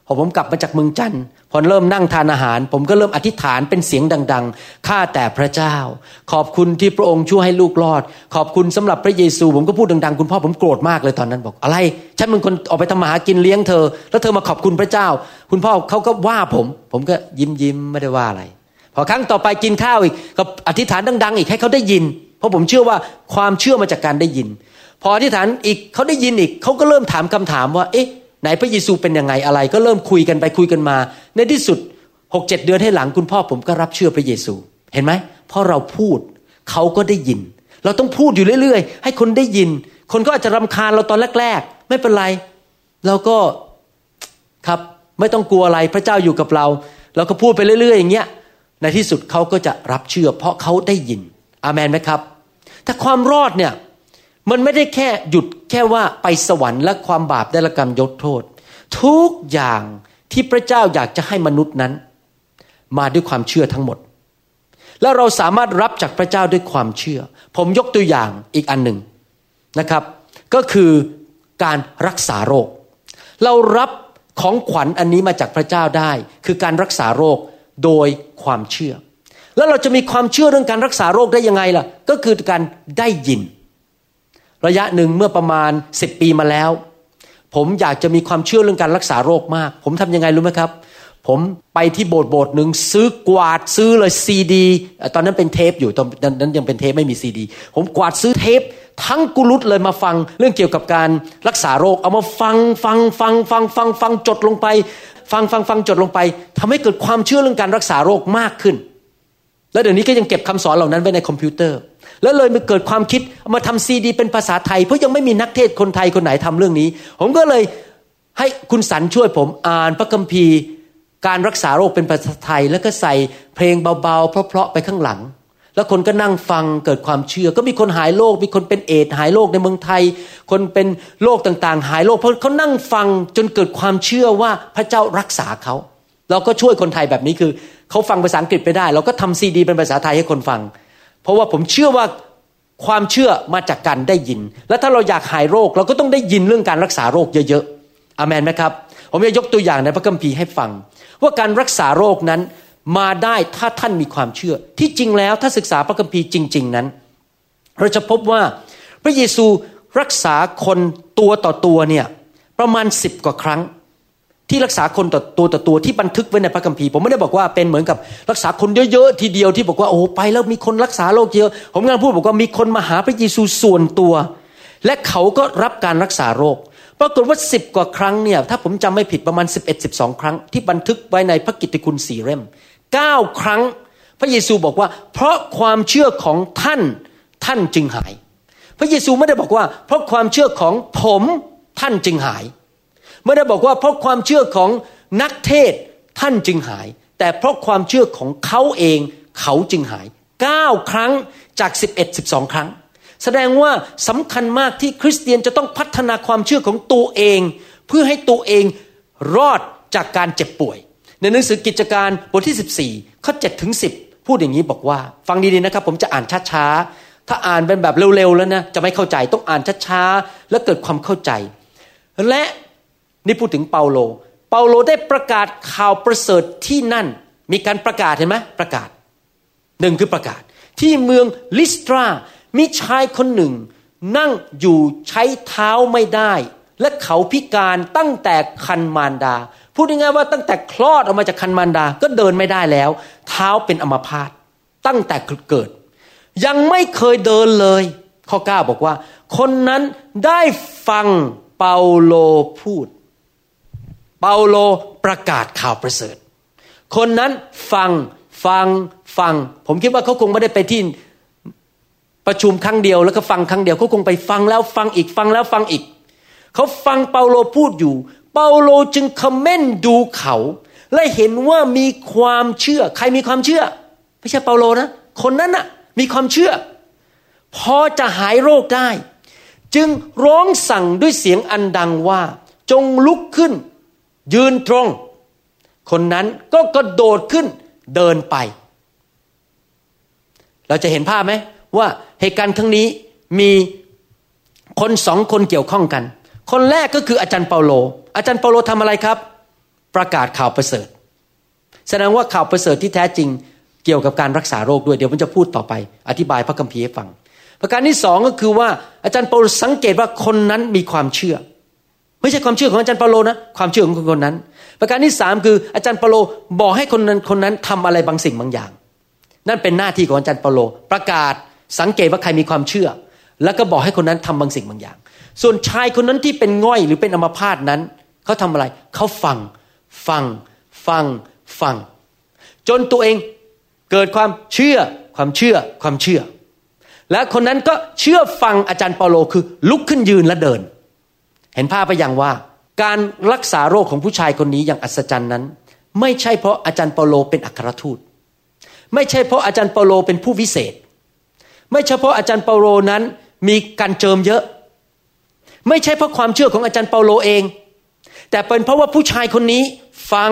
พอผมกลับมาจากเมืองจันทร์พอเริ่มนั่งทานอาหารผมก็เริ่มอธิษฐานเป็นเสียงดังๆข้าแต่พระเจ้าขอบคุณที่พระองค์ช่วยให้ลูกรอดขอบคุณสำหรับพระเยซูผมก็พูดดังๆคุณพ่อผมโกรธมากเลยตอนนั้นบอกอะไรฉันเป็นคนออกไปทำมาหากินเลี้ยงเธอแล้วเธอมาขอบคุณพระเจ้าคุณพ่อเขาก็ว่าผมก็ยิ้มไม่ได้ว่าอะไรพอครั้งต่อไปกินข้าวอีกก็อธิษฐานดังๆอีกให้เขาได้ยินเพราะผมเชื่อว่าความเชื่อมาจากการได้ยินพออธิษฐานอีกเขาได้ยินอีกเขาก็เริ่มถามคำถามว่าเอ๊ะไหนพระเยซูเป็นยังไงอะไรก็เริ่มคุยกันไปคุยกันมาในที่สุด 6-7 เดือนให้หลังคุณพ่อผมก็รับเชื่อพระเยซูเห็นไหมเพราะเราพูดเขาก็ได้ยินเราต้องพูดอยู่เรื่อยๆให้คนได้ยินคนก็อาจจะรำคาญเราตอนแรกๆไม่เป็นไรเราก็ครับไม่ต้องกลัวอะไรพระเจ้าอยู่กับเราเราก็พูดไปเรื่อยๆอย่างเงี้ยในที่สุดเขาก็จะรับเชื่อเพราะเขาได้ยินอาเมนไหมครับแต่ความรอดเนี่ยมันไม่ได้แค่หยุดแค่ว่าไปสวรรค์และความบาปได้รับการยกโทษทุกอย่างที่พระเจ้าอยากจะให้มนุษย์นั้นมาด้วยความเชื่อทั้งหมดแล้วเราสามารถรับจากพระเจ้าด้วยความเชื่อผมยกตัวอย่างอีกอันหนึ่งนะครับก็คือการรักษาโรคเรารับของขวัญอันนี้มาจากพระเจ้าได้คือการรักษาโรคโดยความเชื่อแล้วเราจะมีความเชื่อเรื่องการรักษาโรคได้ยังไงล่ะก็คือการได้ยินระยะหนึ่งเมื่อประมาณ10 ปีมาแล้วผมอยากจะมีความเชื่อเรื่องการรักษาโรคมากผมทำยังไงรู้ไหมครับผมไปที่โบสถ์หนึ่งซื้อกวาดซื้อเลยซีดีตอนนั้นเป็นเทปอยู่ตอนนั้นยังเป็นเทปไม่มีซีดีผมกวาดซื้อเทปทั้งกุลุตเลยมาฟังเรื่องเกี่ยวกับการรักษาโรคเอามาฟังจดลงไปฟังจดลงไปทำให้เกิดความเชื่อเรื่องการรักษาโรคมากขึ้นแล้วเดี๋ยวนี้ก็ยังเก็บคำสอนเหล่านั้นไว้ในคอมพิวเตอร์แล้วเลยมันเกิดความคิดเอามาทำซีดีเป็นภาษาไทยเพราะยังไม่มีนักเทศน์คนไทยคนไหนทำเรื่องนี้ผมก็เลยให้คุณสันช่วยผมอ่านพระคัมภีร์การรักษาโรคเป็นภาษาไทยแล้วก็ใส่เพลงเบาๆเพราะๆไปข้างหลังแล้วคนก็นั่งฟังเกิดความเชื่อก็มีคนหายโรคมีคนเป็นเอดส์หายโรคในเมืองไทยคนเป็นโรคต่างๆหายโรคเพราะเขานั่งฟังจนเกิดความเชื่อว่าพระเจ้ารักษาเขาเราก็ช่วยคนไทยแบบนี้คือเขาฟังภาษาอังกฤษไม่ได้เราก็ทำซีดีเป็นภาษาไทยให้คนฟังเพราะว่าผมเชื่อว่าความเชื่อมาจากการได้ยินและถ้าเราอยากหายโรคเราก็ต้องได้ยินเรื่องการรักษาโรคเยอะๆอาเมนไหมครับผมจะยกตัวอย่างในพระคัมภีร์ให้ฟังว่าการรักษาโรคนั้นมาได้ถ้าท่านมีความเชื่อที่จริงแล้วถ้าศึกษาพระคัมภีร์จริงๆนั้นเราจะพบว่าพระเยซูรักษาคนตัวต่อตัวเนี่ยประมาณ10 กว่าครั้งที่รักษาคนต่อตัวที่บันทึกไว้ในพระคัมภีร์ผมไม่ได้บอกว่าเป็นเหมือนกับรักษาคนเยอะๆทีเดียวที่บอกว่าโอ้ไปแล้วมีคนรักษาโรคเยอะผมกำลังพูดบอกว่ามีคนมาหาพระเยซูส่วนตัวและเขาก็รับการรักษาโรคปรากฏว่า10 กว่าครั้งเนี่ยถ้าผมจำไม่ผิดประมาณ11-12 ครั้งที่บันทึกไว้ในพระกิตติคุณ4 เล่ม9 ครั้งพระเยซูบอกว่าเพราะความเชื่อของท่านจึงหายพระเยซูไม่ได้บอกว่าเพราะความเชื่อของผมท่านจึงหายไม่ได้บอกว่าเพราะความเชื่อของนักเทศท่านจึงหายแต่เพราะความเชื่อของเขาเองเขาจึงหาย9 ครั้งจาก11-12 ครั้งแสดงว่าสำคัญมากที่คริสเตียนจะต้องพัฒนาความเชื่อของตัวเองเพื่อให้ตัวเองรอดจากการเจ็บป่วยในหนังสือกิจการบทที่14ข้อ7-10พูดอย่างนี้บอกว่าฟังดีๆนะครับผมจะอ่านช้าๆถ้าอ่านเป็นแบบเร็วๆแล้วนะจะไม่เข้าใจต้องอ่านช้าๆแล้วเกิดความเข้าใจและนี่พูดถึงเปาโลได้ประกาศข่าวประเสริฐที่นั่นมีการประกาศเห็นไหมประกาศ1คือประกาศที่เมืองลิสตรามีชายคนหนึ่งนั่งอยู่ใช้เท้าไม่ได้และเขาพิการตั้งแต่ครรภ์มารดาพูดง่ายๆว่าตั้งแต่คลอดออกมาจากครรภ์มารดาก็เดินไม่ได้แล้วเท้าเป็นอัมพาตตั้งแต่เกิดยังไม่เคยเดินเลยข้อ9บอกว่าคนนั้นได้ฟังเปาโลพูดเปาโลประกาศข่าวประเสริฐคนนั้นฟังผมคิดว่าเขาคงไม่ได้ไปที่ประชุมครั้งเดียวแล้วก็ฟังครั้งเดียวเขาคงไปฟังแล้วฟังอีกฟังแล้วฟังอีกเขาฟังเปาโลพูดอยู่เปาโลจึงคอมเมนต์ดูเขาและเห็นว่ามีความเชื่อใครมีความเชื่อไม่ใช่เปาโลนะคนนั้นน่ะมีความเชื่อพอจะหายโรคได้จึงร้องสั่งด้วยเสียงอันดังว่าจงลุกขึ้นยืนตรงคนนั้นก็กระโดดขึ้นเดินไปเราจะเห็นภาพไหมว่าเหตุการณ์ครั้งนี้มีคน2 คนเกี่ยวข้องกันคนแรกก็คืออาจารย์เปาโลทำอะไรครับประกาศข่าวประเสริฐแสดงว่าข่าวประเสริฐที่แท้จริงเกี่ยวกับการรักษาโรคด้วยเดี๋ยวผมจะพูดต่อไปอธิบายพระคัมภีร์ให้ฟังประการที่2ก็คือว่าอาจารย์เปาโลสังเกตว่าคนนั้นมีความเชื่อไม่ใช่ความเชื่อของอาจารย์เปาโลนะความเชื่อของคนนั้นประการที่3คืออาจารย์เปาโลบอกให้คนนั้นทำอะไรบางสิ่งบางอย่างนั่นเป็นหน้าที่ของอาจารย์เปาโลประกาศสังเกตว่าใครมีความเชื่อแล้วก็บอกให้คนนั้นทำบางสิ่งบางอย่างส่วนชายคนนั้นที่เป็นง่อยหรือเป็นอัมพาตนั้นเขาทำอะไรเขาฟังจนตัวเองเกิดความเชื่อและคนนั้นก็เชื่อฟังอาจารย์เปาโลคือลุกขึ้นยืนและเดินเห็นภาพไปอย่างว่าการรักษาโรคของผู้ชายคนนี้อย่างอัศจรรย์นั้นไม่ใช่เพราะอาจารย์เปาโลเป็นอัครทูตไม่ใช่เพราะอาจารย์เปาโลเป็นผู้วิเศษไม่ใช่เพราะอาจารย์เปาโลนั้นมีการเจิมเยอะไม่ใช่เพราะความเชื่อของอาจารย์เปาโลเองแต่เป็นเพราะว่าผู้ชายคนนี้ฟัง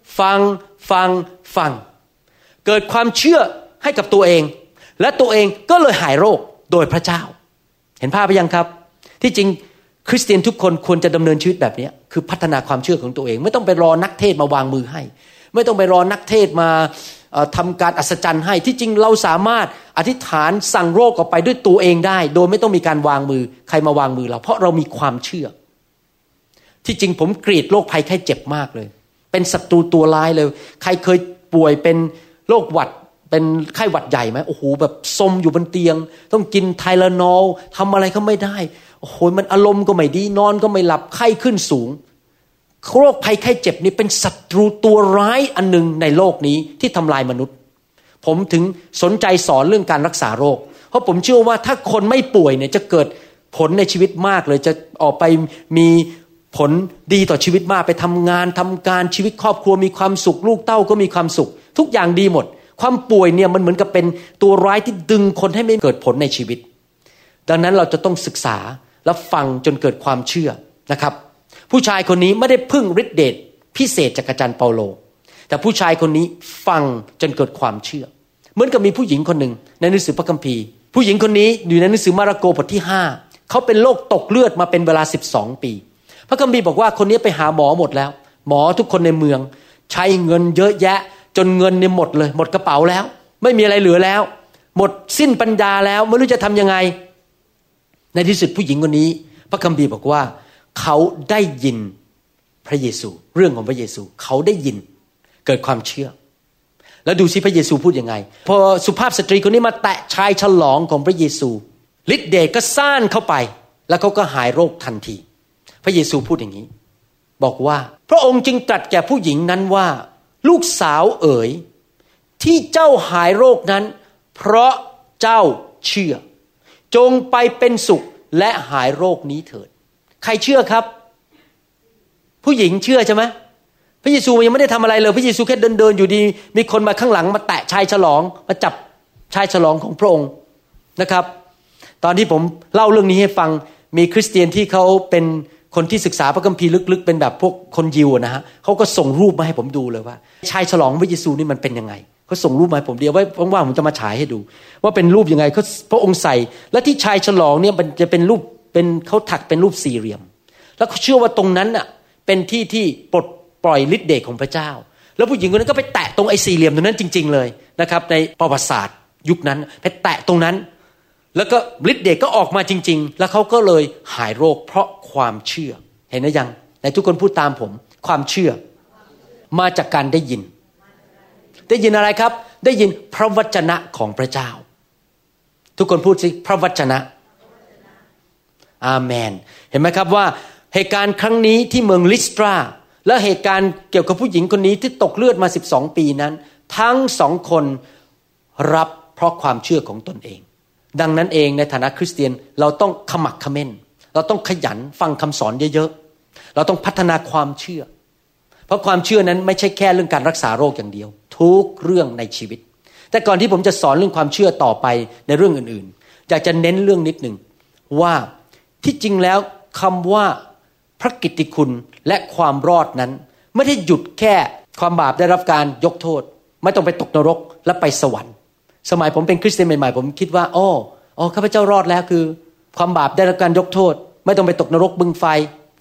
เกิดความเชื่อให้กับตัวเองและตัวเองก็เลยหายโรคโดยพระเจ้าเห็นภาพไปยังครับที่จริงคริสเตียนทุกคนควรจะดำเนินชีวิตแบบนี้คือพัฒนาความเชื่อของตัวเองไม่ต้องไปรอนักเทศมาวางมือให้ไม่ต้องไปรอนักเทศมาทำการอัศจรรย์ให้ที่จริงเราสามารถอธิษฐานสั่งโรคออกไปด้วยตัวเองได้โดยไม่ต้องมีการวางมือใครมาวางมือเราเพราะเรามีความเชื่อที่จริงผมเกลียดโรคภัยไข้เจ็บมากเลยเป็นศัตรูตัวร้ายเลยใครเคยป่วยเป็นโรคหวัดเป็นไข้หวัดใหญ่ไหมโอ้โหแบบซมอยู่บนเตียงต้องกินไทเลนอลทำอะไรก็ไม่ได้โอ้โหมันอารมณ์ก็ไม่ดีนอนก็ไม่หลับไข้ขึ้นสูงโรคภัยไข้เจ็บนี่เป็นศัตรูตัวร้ายอันนึงในโลกนี้ที่ทำลายมนุษย์ผมถึงสนใจสอนเรื่องการรักษาโรคเพราะผมเชื่อว่าถ้าคนไม่ป่วยเนี่ยจะเกิดผลในชีวิตมากเลยจะออกไปมีผลดีต่อชีวิตมากไปทำงานทำการชีวิตครอบครัวมีความสุขลูกเต้าก็มีความสุขทุกอย่างดีหมดความป่วยเนี่ยมันเหมือนกับเป็นตัวร้ายที่ดึงคนให้ไม่เกิดผลในชีวิตดังนั้นเราจะต้องศึกษาและฟังจนเกิดความเชื่อนะครับผู้ชายคนนี้ไม่ได้พึ่งฤทธิ์เดชพิเศษจากอาจารย์เปาโลแต่ผู้ชายคนนี้ฟังจนเกิดความเชื่อเหมือนกับมีผู้หญิงคนหนึ่งในหนังสือพระคัมภีร์ผู้หญิงคนนี้อยู่ในหนังสือมาระโกบทที่5เขาเป็นโรคตกเลือดมาเป็นเวลา12 ปีพระคัมภีร์บอกว่าคนนี้ไปหาหมอหมดแล้วหมอทุกคนในเมืองใช้เงินเยอะแยะจนเงินเนี่ยหมดเลยหมดกระเป๋าแล้วไม่มีอะไรเหลือแล้วหมดสิ้นปัญญาแล้วไม่รู้จะทำยังไงในที่สุดผู้หญิงคนนี้พระคัมภีร์บอกว่าเขาได้ยินพระเยซูเรื่องของพระเยซูเขาได้ยินเกิดความเชื่อแล้วดูสิพระเยซูพูดยังไงพอสุภาพสตรีคนนี้มาแตะชายฉลองของพระเยซูฤทธิ์เดชก็ซ่านเข้าไปแล้วเขาก็หายโรคทันทีพระเยซูพูดอย่างนี้บอกว่าพระองค์จึงตรัสแก่ผู้หญิงนั้นว่าลูกสาวเอ๋ยที่เจ้าหายโรคนั้นเพราะเจ้าเชื่อจงไปเป็นสุขและหายโรคนี้เถิดใครเชื่อครับผู้หญิงเชื่อใช่ไหมพระเยซูยังไม่ได้ทำอะไรเลยพระเยซูแค่เดินอยู่ดีมีคนมาข้างหลังมาแตะชายฉลองมาจับชายฉลองของพระองค์นะครับตอนที่ผมเล่าเรื่องนี้ให้ฟังมีคริสเตียนที่เขาเป็นคนที่ศึกษาพระคัมภีร์ลึกๆเป็นแบบพวกคนยิวนะฮะเขาก็ส่งรูปมาให้ผมดูเลยว่าชายฉลองพระเยซูนี่มันเป็นยังไงเขาส่งรูปมาให้ผมเดียวไว้ว่างๆผมจะมาฉายให้ดูว่าเป็นรูปยังไงเขาพระองค์ใส่และที่ชายฉลองเนี่ยมันจะเป็นรูปเป็นเขาถักเป็นรูปสี่เหลี่ยมแล้วเขาเชื่อว่าตรงนั้นน่ะเป็นที่ที่ปลดปล่อยฤทธิ์เดชของพระเจ้าแล้วผู้หญิงคนนั้นก็ไปแตะตรงไอ้สี่เหลี่ยมตรงนั้นจริงๆเลยนะครับในประวัติศาสตร์ยุคนั้นไปแตะตรงนั้นแล้วก็ฤทธิ์เดชก็ออกมาจริงๆแล้วเขาก็เลยหายโรคเพราะความเชื่อเห็นไหมยังไหนทุกคนพูดตามผมความเชื่อมาจากการได้ยินอะไรครับได้ยินพระวจนะของพระเจ้าทุกคนพูดสิพระวจนะอาเมนเห็นไหมครับว่าเหตุการณ์ครั้งนี้ที่เมืองลิสตราและเหตุการณ์เกี่ยวกับผู้หญิงคนนี้ที่ตกเลือดมา12 ปีนั้นทั้ง2 คนรับเพราะความเชื่อของตนเองดังนั้นเองในฐานะคริสเตียนเราต้องขมักเขม้นเราต้องขยันฟังคำสอนเยอะๆเราต้องพัฒนาความเชื่อเพราะความเชื่อนั้นไม่ใช่แค่เรื่องการรักษาโรคอย่างเดียวทุกเรื่องในชีวิตแต่ก่อนที่ผมจะสอนเรื่องความเชื่อต่อไปในเรื่องอื่นๆอยากจะเน้นเรื่องนิดนึงว่าที่จริงแล้วคำว่าพระกิตติคุณและความรอดนั้นไม่ได้หยุดแค่ความบาปได้รับการยกโทษไม่ต้องไปตกนรกและไปสวรรค์สมัยผมเป็นคริสเตียนใหม่ๆผมคิดว่าอ๋อข้าพเจ้ารอดแล้วคือความบาปได้รับการยกโทษไม่ต้องไปตกนรกบึงไฟจบ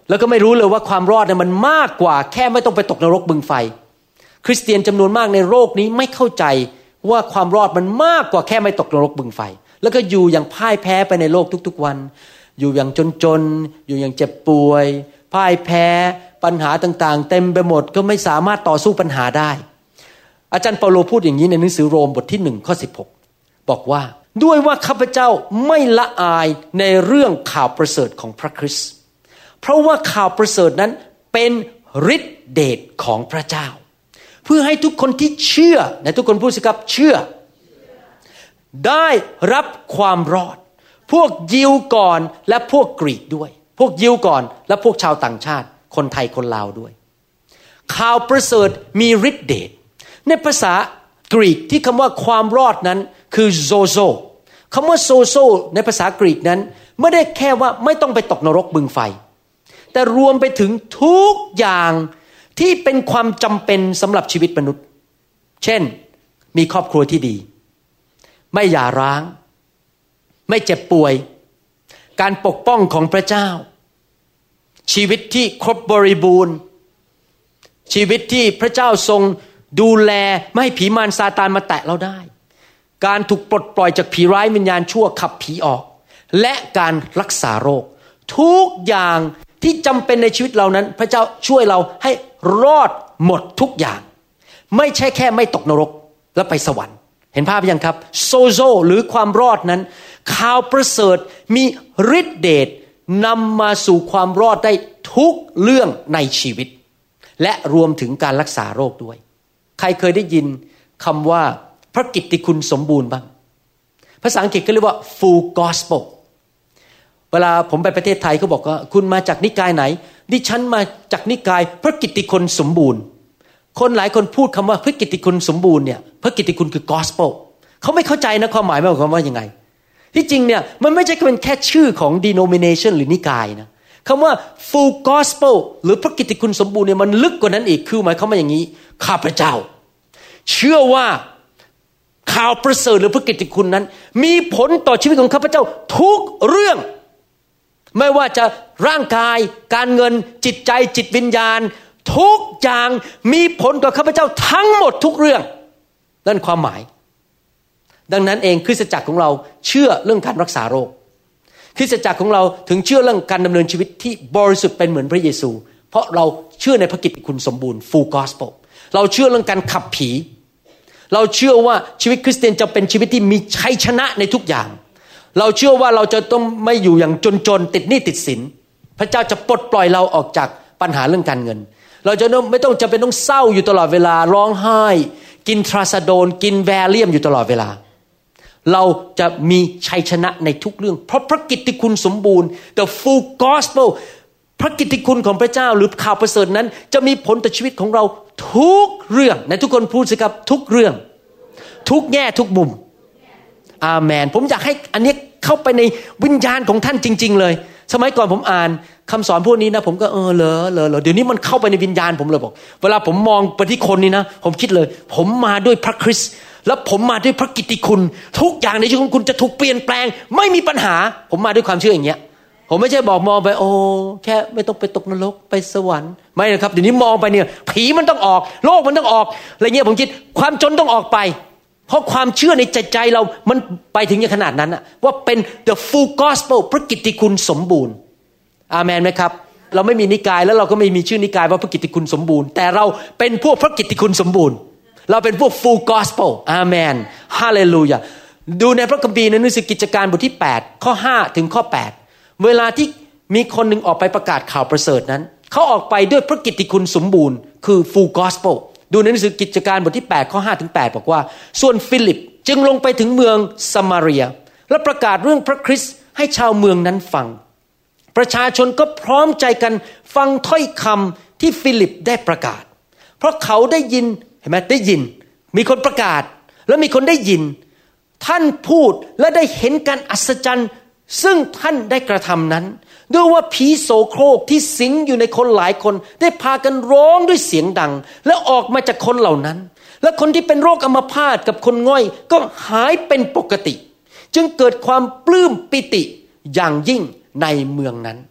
แล้วก็ไม่รู้เลยว่าความรอดเนี่ยมันมากกว่าแค่ไม่ต้องไปตกนรกบึงไฟคริสเตียนจำนวนมากในโลกนี้ไม่เข้าใจว่าความรอดมันมากกว่าแค่ไม่ตกนรกบึงไฟแล้วก็อยู่อย่างพ่ายแพ้ไปในโลกทุกๆวันอยู่อย่างจนๆอยู่อย่างเจ็บป่วยพ่ายแพ้ปัญหาต่างๆเต็มไปหมดก็ไม่สามารถต่อสู้ปัญหาได้อาจารย์เปาโลพูดอย่างนี้ในหนังสือโรมบทที่1ข้อ16บอกว่าด้วยว่าข้าพเจ้าไม่ละอายในเรื่องข่าวประเสริฐของพระคริสต์เพราะว่าข่าวประเสริฐนั้นเป็นฤทธิเดชของพระเจ้าเพื่อให้ทุกคนที่เชื่อในทุกคนพูดสิครับเชื่อได้รับความรอดพวกยิวก่อนและพวกกรีกด้วยพวกยิวก่อนและพวกชาวต่างชาติคนไทยคนลาวด้วยข่าวประเสริฐมีฤทธิเดชในภาษากรีกที่คำว่าความรอดนั้นคือโซโซคำว่าโซโซในภาษากรีกนั้นไม่ได้แค่ว่าไม่ต้องไปตกนรกบึงไฟแต่รวมไปถึงทุกอย่างที่เป็นความจำเป็นสำหรับชีวิตมนุษย์เช่นมีครอบครัวที่ดีไม่หย่าร้างไม่เจ็บป่วยการปกป้องของพระเจ้าชีวิตที่ครบบริบูรณ์ชีวิตที่พระเจ้าทรงดูแลไม่ให้ผีมารซาตานมาแตะเราได้การถูกปลดปล่อยจากผีร้ายวิญญาณชั่วขับผีออกและการรักษาโรคทุกอย่างที่จำเป็นในชีวิตเรานั้นพระเจ้าช่วยเราให้รอดหมดทุกอย่างไม่ใช่แค่ไม่ตกนรกแล้วไปสวรรค์เห็นภาพยังครับโซโซหรือความรอดนั้นข่าวประเสริฐมีฤทธิเดชนำมาสู่ความรอดได้ทุกเรื่องในชีวิตและรวมถึงการรักษาโรคด้วยใครเคยได้ยินคำว่าพระกิตติคุณสมบูรณ์บ้างภาษาอังกฤษก็เรียกว่า full gospel เวลาผมไปประเทศไทยเขาบอกว่าคุณมาจากนิกายไหนดิฉันมาจากนิกายพระกิตติคุณสมบูรณ์คนหลายคนพูดคำว่าพระกิตติคุณสมบูรณ์เนี่ยพระกิตติคุณคือ gospel เขาไม่เข้าใจนะความหมายมันหมายความว่ายังไงที่จริงเนี่ยมันไม่ใช่เป็นแค่ชื่อของ denomination หรือนิกายนะคำว่า full gospel หรือพระกิตติคุณสมบูรณ์เนี่ยมันลึกกว่านั้นอีกคือหมายความว่าอย่างนี้ข้าพเจ้าเชื่อว่าข่าวประเสริฐหรือพระกิตติคุณนั้นมีผลต่อชีวิตของข้าพเจ้าทุกเรื่องไม่ว่าจะร่างกายการเงินจิตใจจิตวิญญาณทุกอย่างมีผลต่อข้าพเจ้าทั้งหมดทุกเรื่องนั่นความหมายดังนั้นเองคริสตจักรของเราเชื่อเรื่องการรักษาโรคคริสตจักรของเราถึงเชื่อเรื่องการดำเนินชีวิตที่บริสุทธิ์เป็นเหมือนพระเยซูเพราะเราเชื่อในพระกิตติคุณสมบูรณ์ full gospel เราเชื่อเรื่องการขับผีเราเชื่อว่าชีวิตคริสเตียนจะเป็นชีวิตที่มีชัยชนะในทุกอย่างเราเชื่อว่าเราจะต้องไม่อยู่อย่างจนติดหนี้ติดสินพระเจ้าจะปลดปล่อยเราออกจากปัญหาเรื่องการเงินเราจะไม่ต้องจะเป็นต้องเศร้าอยู่ตลอดเวลาร้องไห้กินทราซาโดนกินแวลเลียมอยู่ตลอดเวลาเราจะมีชัยชนะในทุกเรื่องเพราะพระกิตติคุณสมบูรณ์ the full gospel พระกิตติคุณของพระเจ้าหรือข่าวประเสริฐนั้นจะมีผลต่อชีวิตของเราทุกเรื่องในทุกคนพูดสิครับทุกเรื่องทุกแง่ทุกมุมอาเมนผมอยากให้อันนี้เข้าไปในวิญญาณของท่านจริงๆเลยสมัยก่อนผมอ่านคำสอนพวกนี้นะผมก็เหรอเดี๋ยวนี้มันเข้าไปในวิญญาณผมเลยบอกเวลาผมมองไปที่คนนี้นะผมคิดเลยผมมาด้วยพระคริสต์แล้วผมมาด้วยพระกิตติคุณทุกอย่างในชีวิตของคุณจะถูกเปลี่ยนแปลงไม่มีปัญหาผมมาด้วยความเชื่ออย่างเงี้ยผมไม่ใช่บอกมองไปโอ้แค่ไม่ต้องไปตกนรกไปสวรรค์ไม่นะครับเดี๋ยวนี้มองไปเนี่ยผีมันต้องออกโลกมันต้องออกอะไรเงี้ยผมคิดความจนต้องออกไปเพราะความเชื่อในใจเรามันไปถึงอย่างขนาดนั้นอะว่าเป็น the full gospel พระกิตติคุณสมบูรณ์อาเมนไหมครับเราไม่มีนิกายแล้วเราก็ไม่มีชื่อนิกายว่าพระกิตติคุณสมบูรณ์แต่เราเป็นพวกพระกิตติคุณสมบูรณ์เราเป็นพวก full gospel อาเมนฮาเลลูยาดูในพระคัมภีร์ในหนังสือกิจการบทที่8ข้อ5ถึงข้อ8เวลาที่มีคนหนึ่งออกไปประกาศข่าวประเสริฐนั้นเขาออกไปด้วยพระกิตติคุณสมบูรณ์คือ full gospel ดูในหนังสือกิจการบทที่8ข้อ5ถึง8บอกว่าส่วนฟิลิปจึงลงไปถึงเมืองซามาเรียและประกาศเรื่องพระคริสต์ให้ชาวเมืองนั้นฟังประชาชนก็พร้อมใจกันฟังถ้อยคำที่ฟิลิปได้ประกาศเพราะเขาได้ยินเห็นไหมได้ยินมีคนประกาศแล้วมีคนได้ยินท่านพูดและได้เห็นการอัศจรรย์ซึ่งท่านได้กระทำนั้นด้วยว่าผีโสโครกที่สิงอยู่ในคนหลายคนได้พากันร้องด้วยเสียงดังและออกมาจากคนเหล่านั้นและคนที่เป็นโรคอัมพาตกับคนง่อยก็หายเป็นปกติจึงเกิดความปลื้มปิติอย่างยิ่งในเมืองนั้น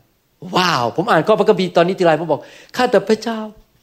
ว้าวผมอ่านข้อพระคัมภีร์ตอนนี้ทีไรผมบอกข้าแต่พระเจ้า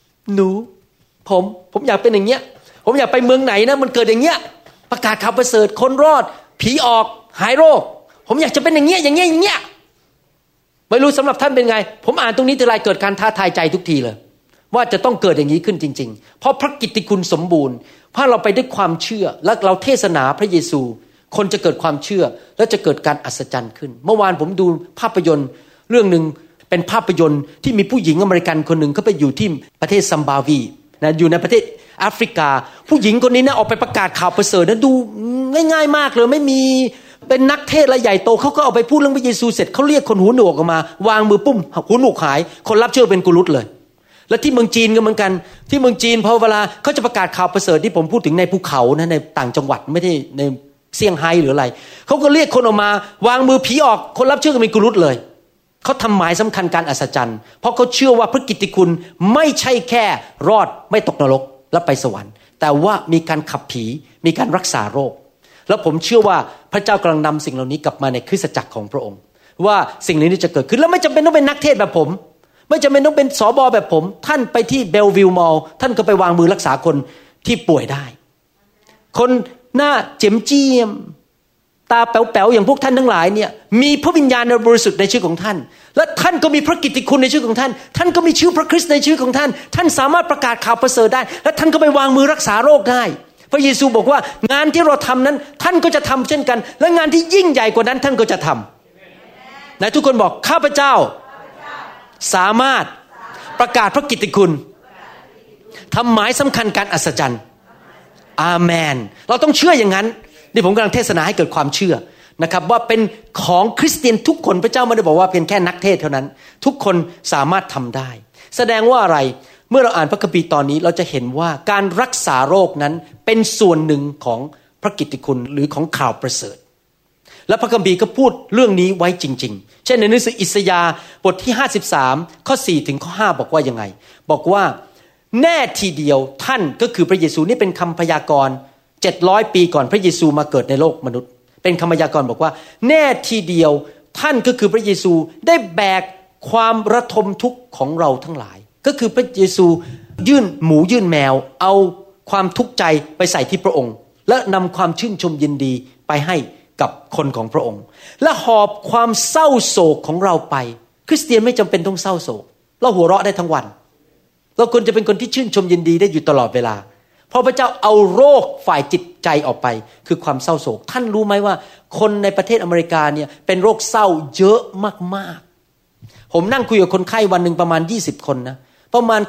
ผมอยากเป็นอย่างเงี้ยผมอยากไปเมืองไหนนะมันเกิดอย่างเงี้ยประกาศข่าวประเสริฐคนรอดผีออกหายโรคผมอยากจะเป็นอย่างเงี้ยไม่รู้สำหรับท่านเป็นไงผมอ่านตรงนี้ทีไรเกิดการท้าทายใจทุกทีเลยว่าจะต้องเกิดอย่างนี้ขึ้นจริงๆเพราะพระกิตติคุณสมบูรณ์เพราะเราไปด้วยความเชื่อและเราเทศนาพระเยซูคนจะเกิดความเชื่อและจะเกิดการอัศจรรย์ขึ้นเมื่อวานผมดูภาพยนตร์เรื่องนึงเป็นภาพยนตร์ที่มีผู้หญิงอเมริกันคนหนึ่งเขาไปอยู่ที่ประเทศซัมบาวีนะอยู่ในประเทศแอฟริกาผู้หญิงคนนี้นะออกไปประกาศข่าวประเสริฐนะดูง่ายๆมากเลยไม่มีเป็นนักเทศและใหญ่โตเขาก็เอาไปพูดเรื่องพระเยซูเสร็จเขาเรียกคนหูหนวกออกมาวางมือปุ้มหูหนวกหายคนรับเชื่อเป็นกุลุตเลยและที่เมืองจีนก็เหมือนกันที่เมืองจีนพอเวลาเขาจะประกาศข่าวประเสริฐที่ผมพูดถึงในภูเขานะในต่างจังหวัดไม่ได้ในเซี่ยงไฮ้หรืออะไรเขาก็เรียกคนออกมาวางมือผีออกคนรับเชื่อเป็นกุลุตเลยเขาทำหมายสำคัญการอัศจรรย์เพราะเขาเชื่อว่าพระกิตติคุณไม่ใช่แค่รอดไม่ตกนรกและไปสวรรค์แต่ว่ามีการขับผีมีการรักษาโรคแล้วผมเชื่อว่าพระเจ้ากำลังนำสิ่งเหล่านี้กลับมาในคริสตจักรของพระองค์ว่าสิ่งเหล่านี้จะเกิดขึ้นแล้วไม่จำเป็นต้องเป็นนักเทศแบบผมไม่จำเป็นต้องเป็นสบแบบผมท่านไปที่เบลวิลมอลล์ท่านก็ไปวางมือรักษาคนที่ป่วยได้คนหน้าเจียมเจียมตาแป๋วๆอย่างพวกท่านทั้งหลายเนี่ยมีพระวิญญาณบริสุทธิ์ในชีวิตของท่านและท่านก็มีพระกิตติคุณในชีวิตของท่านท่านก็มีชื่อพระคริสต์ในชีวิตของท่านท่านสามารถประกาศข่าวประเสริฐได้และท่านก็ไปวางมือรักษาโรคได้พระเยซูบอกว่างานที่เราทำนั้นท่านก็จะทำเช่นกันและงานที่ยิ่งใหญ่กว่านั้นท่านก็จะทำไหนทุกคนบอกข้าพเจ้าสามารถประกาศพระกิตติคุณทำหมายสำคัญการอัศจรรย์อาเมนเราต้องเชื่ออย่างนั้นนี่ผมกำลังเทศนาให้เกิดความเชื่อนะครับว่าเป็นของคริสเตียนทุกคนพระเจ้าไม่ได้บอกว่าเป็นแค่นักเทศเท่านั้นทุกคนสามารถทำได้แสดงว่าอะไรเมื่อเราอ่านพระคัมภีร์ตอนนี้เราจะเห็นว่าการรักษาโรคนั้นเป็นส่วนหนึ่งของพระกิตติคุณหรือของข่าวประเสริฐและพระคัมภีร์ก็พูดเรื่องนี้ไว้จริงๆเช่นในหนังสืออิสยาห์บทที่53ข้อ4ถึงข้อ5บอกว่ายังไงบอกว่าแน่ทีเดียวท่านก็คือพระเยซูนี่เป็นคำพยากรณ์700ปีก่อนพระเยซูมาเกิดในโลกมนุษย์เป็นคำพยากรณ์บอกว่าแน่ทีเดียวท่านก็คือพระเยซูได้แบกความระทมทุกข์ของเราทั้งหลายก็คือพระเยซูยื่นหมูยื่นแมวเอาความทุกข์ใจไปใส่ที่พระองค์และนำความชื่นชมยินดีไปให้กับคนของพระองค์และหอบความเศร้าโศกของเราไปคริสเตียนไม่จำเป็นต้องเศร้าโศกเราหัวเราะได้ทั้งวันเราควรจะเป็นคนที่ชื่นชมยินดีได้อยู่ตลอดเวลาเพราะพระเจ้าเอาโรคฝ่ายจิตใจออกไปคือความเศร้าโศกท่านรู้ไหมว่าคนในประเทศอเมริกาเนี่ยเป็นโรคเศร้าเยอะมากๆผมนั่งคุยกับคนไข้วันหนึ่งประมาณ20คนนะประมาณ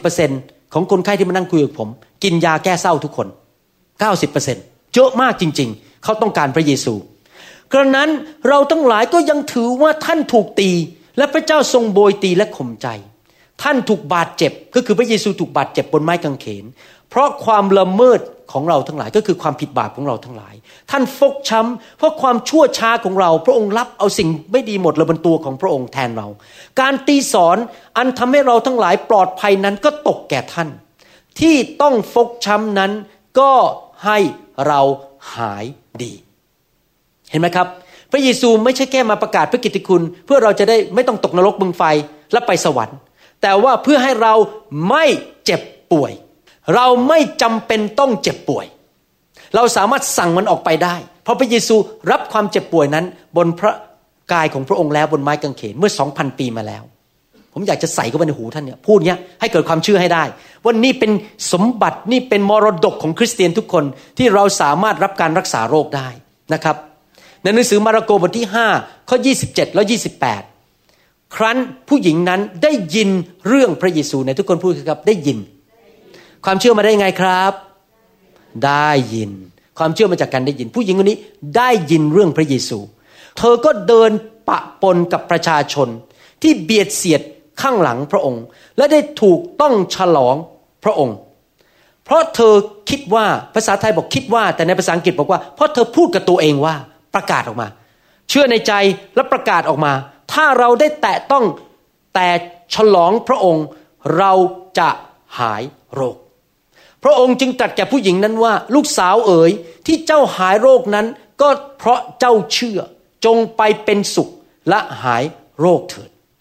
90% ของคนไข้ที่มานั่งคุยกับผมกินยาแก้เศร้าทุกคน 90% เยอะมากจริงๆเขาต้องการพระเยซูกระนั้นเราทั้งหลายก็ยังถือว่าท่านถูกตีและพระเจ้าทรงโบยตีและข่มใจท่านถูกบาดเจ็บก็คือพระเยซูถูกบาดเจ็บบนไม้กางเขนเพราะความละเมิดของเราทั้งหลายก็คือความผิดบาปของเราทั้งหลายท่านฟกช้ำเพราะความชั่วช้าของเราพระองค์รับเอาสิ่งไม่ดีหมดเลยบนตัวของพระองค์แทนเราการตีสอนอันทำให้เราทั้งหลายปลอดภัยนั้นก็ตกแก่ท่านที่ต้องฟกช้ำนั้นก็ให้เราหายดีเห็นไหมครับพระเยซูไม่ใช่แค่มาประกาศพระกิตติคุณเพื่อเราจะได้ไม่ต้องตกนรกบึงไฟและไปสวรรค์แต่ว่าเพื่อให้เราไม่เจ็บป่วยเราไม่จำเป็นต้องเจ็บป่วยเราสามารถสั่งมันออกไปได้เพราะพระเยซูรับความเจ็บป่วยนั้นบนพระกายของพระองค์แล้วบนไม้กางเขนเมื่อ 2,000 ปีมาแล้วผมอยากจะใส่เข้าไปในหูท่านเนี่ยพูดเนี้ยให้เกิดความเชื่อให้ได้ว่านี่เป็นสมบัตินี่เป็นมรดกของคริสเตียนทุกคนที่เราสามารถรับการรักษาโรคได้นะครับในหนังสือมาระโกบทที่5ข้อ27และ28ครั้นผู้หญิงนั้นได้ยินเรื่องพระเยซูในทุกคนพูดครับได้ยินความเชื่อมาได้ไงครับได้ยินความเชื่อมาจากการได้ยินผู้หญิงคนนี้ได้ยินเรื่องพระเยซูเธอก็เดินปะปนกับประชาชนที่เบียดเสียดข้างหลังพระองค์และได้ถูกต้องฉลองพระองค์เพราะเธอคิดว่าภาษาไทยบอกคิดว่าแต่ในภาษาอังกฤษบอกว่าเพราะเธอพูดกับตัวเองว่าประกาศออกมาเชื่อในใจและประกาศออกมาถ้าเราได้แตะต้องแต่ฉลองพระองค์เราจะหายโรคพระองค์จึงตรัสแก่ผู้หญิงนั้นว่าลูกสาวเอ๋ยที่เจ้าหายโรคนั้นก็เพราะเจ้าเชื่อจงไปเป็นสุขและหายโรคเถิด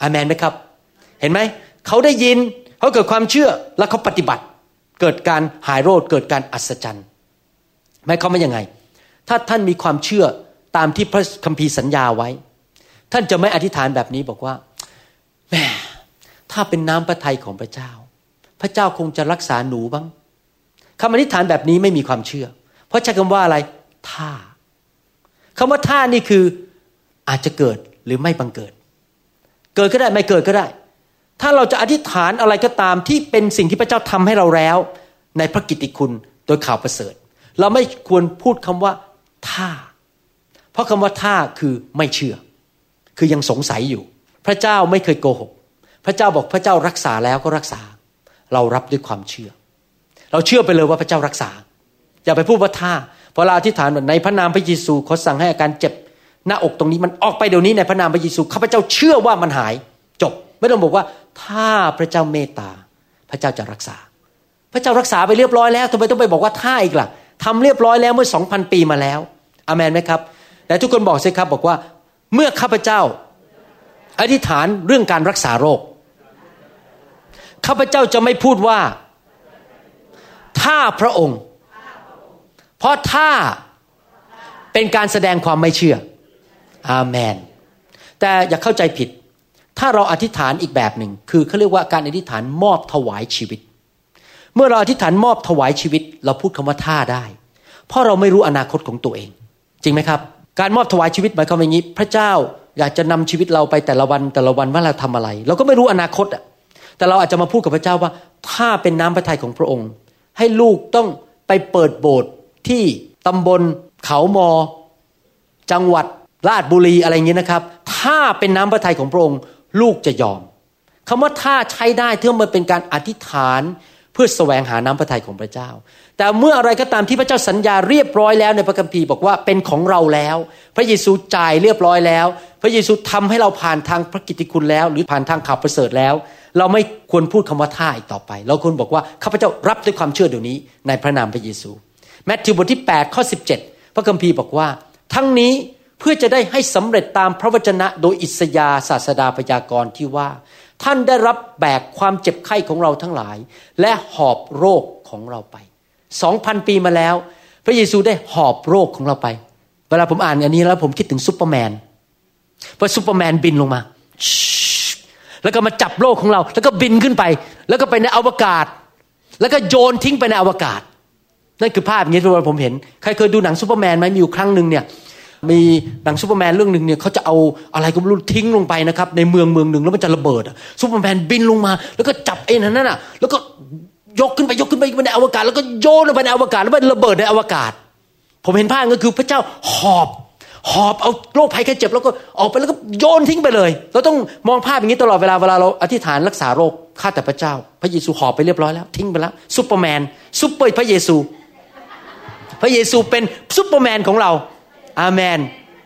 อาเมนไหมครับเห็นไหมเขาได้ยินเขาเกิดความเชื่อแล้วเขาปฏิบัติเกิดการหายโรคเกิดการอัศจรรย์หมายความว่ายังไงถ้าท่านมีความเชื่อตามที่พระคัมภีร์สัญญาไว้ท่านจะไม่อธิษฐานแบบนี้บอกว่าแหมถ้าเป็นน้ำพระทัยของพระเจ้าพระเจ้าคงจะรักษาหนูบ้างคำอธิษฐานแบบนี้ไม่มีความเชื่อเพราะใช้คำว่าอะไรถ้าคำว่าถ้านี่คืออาจจะเกิดหรือไม่บังเกิดเกิดก็ได้ไม่เกิดก็ได้ถ้าเราจะอธิษฐานอะไรก็ตามที่เป็นสิ่งที่พระเจ้าทำให้เราแล้วในพระกิตติคุณโดยข่าวประเสริฐเราไม่ควรพูดคำว่าถ้าเพราะคำว่าถ้าคือไม่เชื่อคือยังสงสัยอยู่พระเจ้าไม่เคยโกหกพระเจ้าบอกพระเจ้ารักษาแล้วก็รักษาเรารับด้วยความเชื่อเราเชื่อไปเลยว่าพระเจ้ารักษาอย่าไปพูดว่าถ้าพอเราอธิษฐานในพระนามพระเยซูขอสั่งให้อาการเจ็บหน้าอกตรงนี้มันออกไปเดี๋ยวนี้ในพระนามพระเยซูข้าพเจ้าเชื่อว่ามันหายจบไม่ต้องบอกว่าถ้าพระเจ้าเมตตาพระเจ้าจะรักษาพระเจ้ารักษาไปเรียบร้อยแล้วทำไมต้องไปบอกว่าถ้าอีกล่ะทำเรียบร้อยแล้วเมื่อ 2,000 ปีมาแล้วอาเมนไหมครับแต่ทุกคนบอกสิครับบอกว่าเมื่อข้าพเจ้าอธิษฐานเรื่องการรักษาโรคข้าพเจ้าจะไม่พูดว่าถ้าพระองค์เพราะถ้าเป็นการแสดงความไม่เชื่ออาเมนแต่อย่าเข้าใจผิดถ้าเราอธิษฐานอีกแบบหนึ่งคือเขาเรียกว่าการอธิษฐานมอบถวายชีวิตเมื่อเราอธิษฐานมอบถวายชีวิตเราพูดคำว่าถ้าได้เพราะเราไม่รู้อนาคตของตัวเองจริงไหมครับการมอบถวายชีวิตหมายความว่าอย่างนี้พระเจ้าอยากจะนำชีวิตเราไปแต่ละวันว่าเราทำอะไรเราก็ไม่รู้อนาคตแต่เราอาจจะมาพูดกับพระเจ้าว่าถ้าเป็นน้ำพระทัยของพระองค์ให้ลูกต้องไปเปิดโบสถ์ที่ตำบลเขามอจังหวัดราชบุรีอะไรอย่างนี้นะครับถ้าเป็นน้ำพระทัยของพระองค์ลูกจะยอมคำว่าถ้าใช้ได้เพื่อมันเป็นการอธิษฐานเพื่อแสวงหาน้ำพระทัยของพระเจ้าแต่เมื่ออะไรก็ตามที่พระเจ้าสัญญาเรียบร้อยแล้วในพระคัมภีร์บอกว่าเป็นของเราแล้วพระเยซูจ่ายเรียบร้อยแล้วพระเยซูทำให้เราผ่านทางพระกิตติคุณแล้วหรือผ่านทางข่าวประเสริฐแล้วเราไม่ควรพูดคำว่าถ้าอีกต่อไปเราควรบอกว่าข้าพเจ้ารับด้วยความเชื่อเดี๋ยวนี้ในพระนามพระเยซูมัทธิวบทที่8ข้อ17พระคัมภีร์บอกว่าทั้งนี้เพื่อจะได้ให้สำเร็จตามพระวจนะโดยอิสยาห์ศาสดาพยากรณ์ที่ว่าท่านได้รับแบกความเจ็บไข้ของเราทั้งหลายและหอบโรคของเราไป 2,000 ปีมาแล้วพระเยซูได้หอบโรคของเราไปเวลาผมอ่านอันนี้แล้วผมคิดถึงซุปเปอร์แมนพอซุปเปอร์แมนบินลงมาแล้วก็มาจับโรคของเราแล้วก็บินขึ้นไปแล้วก็ไปในอวกาศแล้วก็โยนทิ้งไปในอวกาศนั่นคือภาพอย่างนี้ที่ผมเห็นใครเคยดูหนังซุปเปอร์แมนไหมมีอยู่ครั้งนึงเนี่ยมีหนังซุปเปอร์แมนเรื่องนึงเนี่ยเขาจะเอาอะไรก็ไม่รู้ทิ้งลงไปนะครับในเมืองนึงแล้วมันจะระเบิดซุปเปอร์แมนบินลงมาแล้วก็จับไอ้นั่นน่ะแล้วก็ยกขึ้นไปในอวกาศแล้วก็โยนลงไปในอวกาศแล้วมันระเบิดในอวกาศผมเห็นภาพก็คือพระเจ้าหอบเอาโรคภัยไข้เจ็บแล้วก็ออกไปแล้วก็โยนทิ้งไปเลยเราต้องมองภาพอย่างนี้ตลอดเวลาเราอธิษฐานรักษาโรคข้าแต่พระเจ้าพระเยซูหอบไปเรียบร้อยแล้วทิ้งไปแล้วซุปเปอร์แมนซุปเปอร์พระเยซูเป็นซุปเปอร์แมนของเราอาเมน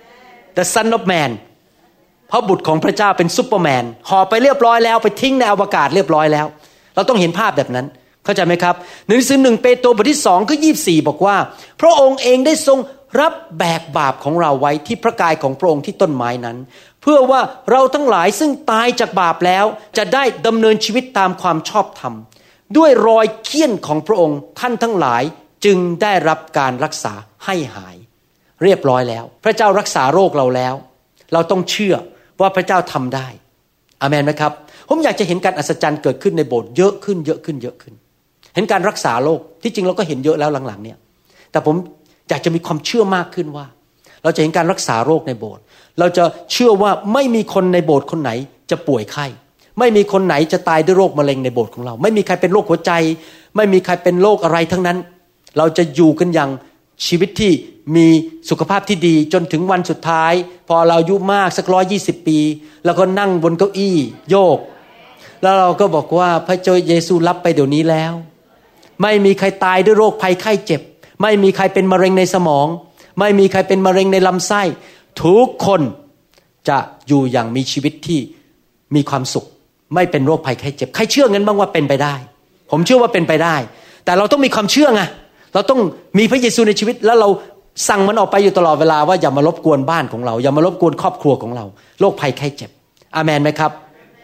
The Son of Man พระบุตรของพระเจ้าเป็นซุปเปอร์แมนหอบไปเรียบร้อยแล้วไปทิ้งในอวกาศเรียบร้อยแล้วเราต้องเห็นภาพแบบนั้นเข้าใจไหมครับหนังสือ1เปโตรบทที่2ข้อ24บอกว่าพระองค์เองได้ทรงรับแบกบาปของเราไว้ที่พระกายของพระองค์ที่ต้นไม้นั้นเพื่อว่าเราทั้งหลายซึ่งตายจากบาปแล้วจะได้ดำเนินชีวิตตามความชอบธรรมด้วยรอยเคี่ยนของพระองค์ท่านทั้งหลายจึงได้รับการรักษาให้หายเรียบร้อยแล้วพระเจ้ารักษาโรคเราแล้วเราต้องเชื่อว่าพระเจ้าทำได้อาเมนไหมครับผมอยากจะเห็นการอัศจรรย์เกิดขึ้นในโบสถ์เยอะขึ้นเห็นการรักษาโรคที่จริงเราก็เห็นเยอะแล้วหลังๆเนี่ยแต่ผมอยากจะมีความเชื่อมากขึ้นว่าเราจะเห็นการรักษาโรคในโบสถ์เราจะเชื่อว่าไม่มีคนในโบสถ์คนไหนจะป่วยไข้ไม่มีคนไหนจะตายด้วยโรคมะเร็งในโบสถ์ของเราไม่มีใครเป็นโรคหัวใจไม่มีใครเป็นโรคอะไรทั้งนั้นเราจะอยู่กันอย่างชีวิตที่มีสุขภาพที่ดีจนถึงวันสุดท้ายพอเราอายุมากสัก120 ปีแล้วก็นั่งบนเก้าอี้โยกแล้วเราก็บอกว่าพระเจ้าเยซูรับไปเดี๋ยวนี้แล้วไม่มีใครตายด้วยโรคภัยไข้เจ็บไม่มีใครเป็นมะเร็งในสมองไม่มีใครเป็นมะเร็งในลำไส้ทุกคนจะอยู่อย่างมีชีวิตที่มีความสุขไม่เป็นโรคภัยไข้เจ็บใครเชื่องั้นบ้างว่าเป็นไปได้ผมเชื่อว่าเป็นไปได้แต่เราต้องมีความเชื่อไงเราต้องมีพระเยซูในชีวิตแล้วเราสั่งมันออกไปอยู่ตลอดเวลาว่าอย่ามารบกวนบ้านของเราอย่ามารบกวนครอบครัวของเราโรคภัยไข้เจ็บอาเมนไหมครับ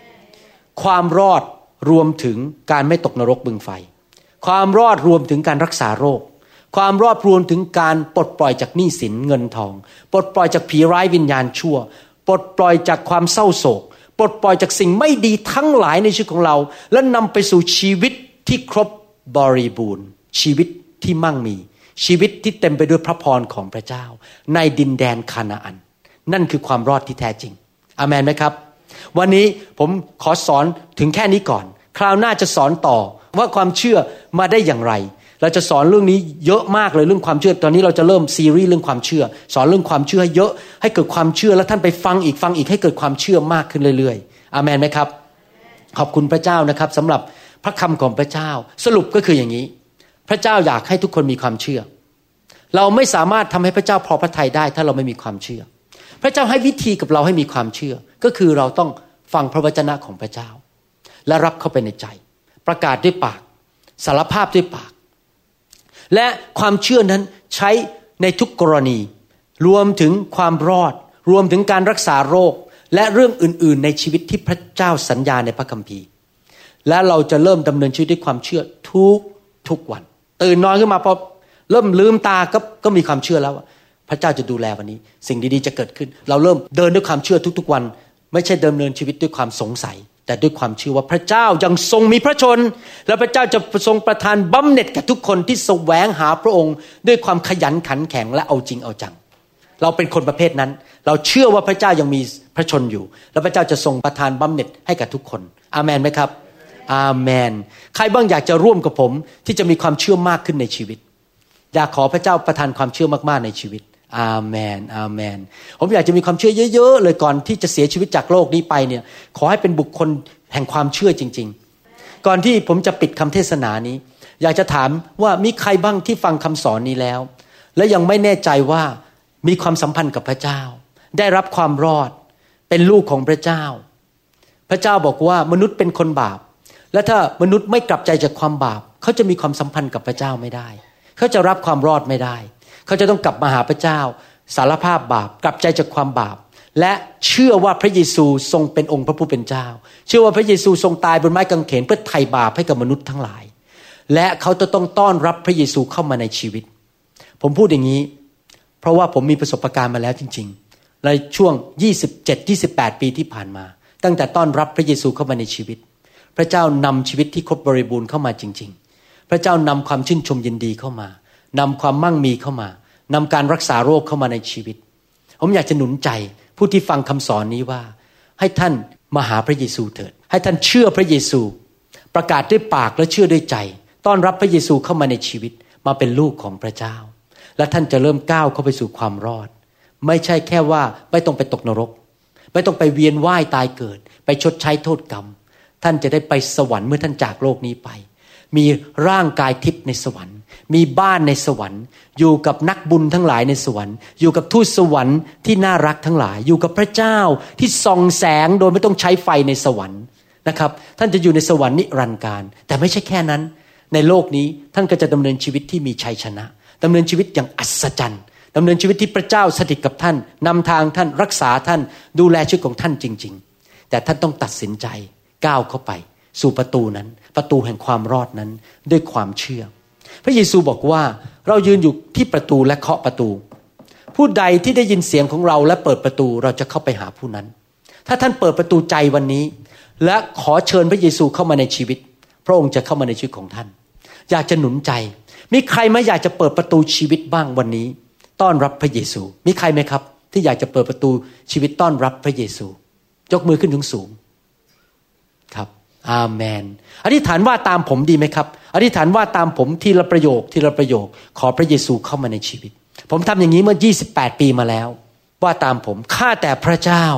ความรอดรวมถึงการไม่ตกนรกบึงไฟความรอดรวมถึงการรักษาโรคความรอดรวมถึงการปลดปล่อยจากหนี้สินเงินทองปลดปล่อยจากผีร้ายวิญญาณชั่วปลดปล่อยจากความเศร้าโศกปลดปล่อยจากสิ่งไม่ดีทั้งหลายในชีวิตของเราและนำไปสู่ชีวิตที่ครบบริบูรณ์ชีวิตที่มั่งมีชีวิตที่เต็มไปด้วยพระพรของพระเจ้าในดินแดนคานาอันนั่นคือความรอดที่แท้จริงอาเมนไหมครับวันนี้ผมขอสอนถึงแค่นี้ก่อนคราวหน้าจะสอนต่อว่าความเชื่อมาได้อย่างไรเราจะสอนเรื่องนี้เยอะมากเลยเรื่องความเชื่อตอนนี้เราจะเริ่มซีรีส์เรื่องความเชื่อสอนเรื่องความเชื่อเยอะให้เกิดความเชื่อแล้วท่านไปฟังอีกให้เกิดความเชื่อมากขึ้นเรื่อยๆอาเมนไหมครับขอบคุณพระเจ้านะครับสำหรับพระคำของพระเจ้าสรุปก็คืออย่างนี้พระเจ้าอยากให้ทุกคนมีความเชื่อเราไม่สามารถทำให้พระเจ้าพอพระทัยได้ถ้าเราไม่มีความเชื่อพระเจ้าให้วิธีกับเราให้มีความเชื่อก็คือเราต้องฟังพระวจนะของพระเจ้าและรับเข้าไปในใจประกาศด้วยปากสารภาพด้วยปากและความเชื่อนั้นใช้ในทุกกรณีรวมถึงความรอดรวมถึงการรักษาโรคและเรื่องอื่นๆในชีวิตที่พระเจ้าสัญญาในพระคัมภีร์และเราจะเริ่มดำเนินชีวิตด้วยความเชื่อทุกวันตื่นนอนขึ้นมาพอเริ่มลืมตาก็มีความเชื่อแล้วว่าพระเจ้าจะดูแลวันนี้สิ่งดีๆจะเกิดขึ้นเราเริ่มเดินด้วยความเชื่อทุกๆวันไม่ใช่ดำเนินชีวิตด้วยความสงสัยแต่ด้วยความเชื่อว่าพระเจ้ายังทรงมีพระชนและพระเจ้าจะทรงประทานบำเหน็จแก่ทุกคนที่แสวงหาพระองค์ด้วยความขยันขันแข็งและเอาจริงเอาจังเราเป็นคนประเภทนั้นเราเชื่อว่าพระเจ้ายังมีพระชนอยู่และพระเจ้าจะทรงประทานบำเหน็จให้กับทุกคนอาเมนไหมครับอาเมนใครบ้างอยากจะร่วมกับผมที่จะมีความเชื่อมากขึ้นในชีวิตอยากขอพระเจ้าประทานความเชื่อมากๆในชีวิตอาเมนอาเมนผมอยากจะมีความเชื่อเยอะๆเลยก่อนที่จะเสียชีวิตจากโลกนี้ไปเนี่ยขอให้เป็นบุคคลแห่งความเชื่อจริงๆก่อนที่ผมจะปิดคำเทศนานี้อยากจะถามว่ามีใครบ้างที่ฟังคำสอนนี้แล้วและยังไม่แน่ใจว่ามีความสัมพันธ์กับพระเจ้าได้รับความรอดเป็นลูกของพระเจ้าพระเจ้าบอกว่ามนุษย์เป็นคนบาปและถ้ามนุษย์ไม่กลับใจจากความบาปเขาจะมีความสัมพันธ์กับพระเจ้าไม่ได้เขาจะรับความรอดไม่ได้เขาจะต้องกลับมาหาพระเจ้าสารภาพบาปกลับใจจากความบาปและเชื่อว่าพระเยซูทรงเป็นองค์พระผู้เป็นเจ้าเชื่อว่าพระเยซูทรงตายบนไม้กางเขนเพื่อไถ่บาปให้กับมนุษย์ทั้งหลายและเขาจะต้องต้อนรับพระเยซูเข้ามาในชีวิตผมพูดอย่างนี้เพราะว่าผมมีประสบการณ์มาแล้วจริงๆในช่วง 27-28 ปีที่ผ่านมาตั้งแต่ต้อนรับพระเยซูเข้ามาในชีวิตพระเจ้านำชีวิตที่ครบบริบูรณ์เข้ามาจริงๆพระเจ้านำความชื่นชมยินดีเข้ามานำความมั่งมีเข้ามานำการรักษาโรคเข้ามาในชีวิตผมอยากจะหนุนใจผู้ที่ฟังคำสอนนี้ว่าให้ท่านมาหาพระเยซูเถิดให้ท่านเชื่อพระเยซูประกาศด้วยปากและเชื่อด้วยใจต้อนรับพระเยซูเข้ามาในชีวิตมาเป็นลูกของพระเจ้าและท่านจะเริ่มก้าวเข้าไปสู่ความรอดไม่ใช่แค่ว่าไม่ต้องไปตกนรกไม่ต้องไปเวียนว่ายตายเกิดไปชดใช้โทษกรรมท่านจะได้ไปสวรรค์เมื่อท่านจากโลกนี้ไปมีร่างกายทิพย์ในสวรรค์มีบ้านในสวรรค์อยู่กับนักบุญทั้งหลายในสวรรค์อยู่กับทูตสวรรค์ที่น่ารักทั้งหลายอยู่กับพระเจ้าที่ส่องแสงโดยไม่ต้องใช้ไฟในสวรรค์นะครับท่านจะอยู่ในสวรรค์นิรันดร์กาลแต่ไม่ใช่แค่นั้นในโลกนี้ท่านก็จะดำเนินชีวิตที่มีชัยชนะดำเนินชีวิตอย่างอัศจรรย์ดำเนินชีวิตที่พระเจ้าสถิตกับท่านนำทางท่านรักษาท่านดูแลชีวิตของท่านจริงๆแต่ท่านต้องตัดสินใจก้าวเข้าไปสู่ประตูนั้นประตูแห่งความรอดนั้นด้วยความเชื่อพระเยซูบอกว่าเรายืนอยู่ที่ประตูและเคาะประตูผู้ใดที่ได้ยินเสียงของเราและเปิดประตูเราจะเข้าไปหาผู้นั้นถ้าท่านเปิดประตูใจวันนี้และขอเชิญพระเยซูเข้ามาในชีวิตพระองค์จะเข้ามาในชีวิตของท่านอยากจะหนุนใจมีใครไหมอยากจะเปิดประตูชีวิตบ้างวันนี้ต้อนรับพระเยซูมีใครไหมครับที่อยากจะเปิดประตูชีวิตต้อนรับพระเยซูยกมือขึ้นสูงครับอาเมนอธิษฐานว่าตามผมดีไหมครับอธิษฐานว่าตามผมทีละประโยคทีละประโยคขอพระเยซูเข้ามาในชีวิตผมทำอย่างนี้เมื่อ28ปีมาแล้วว่าตามผมข้าแต่พระเจ้า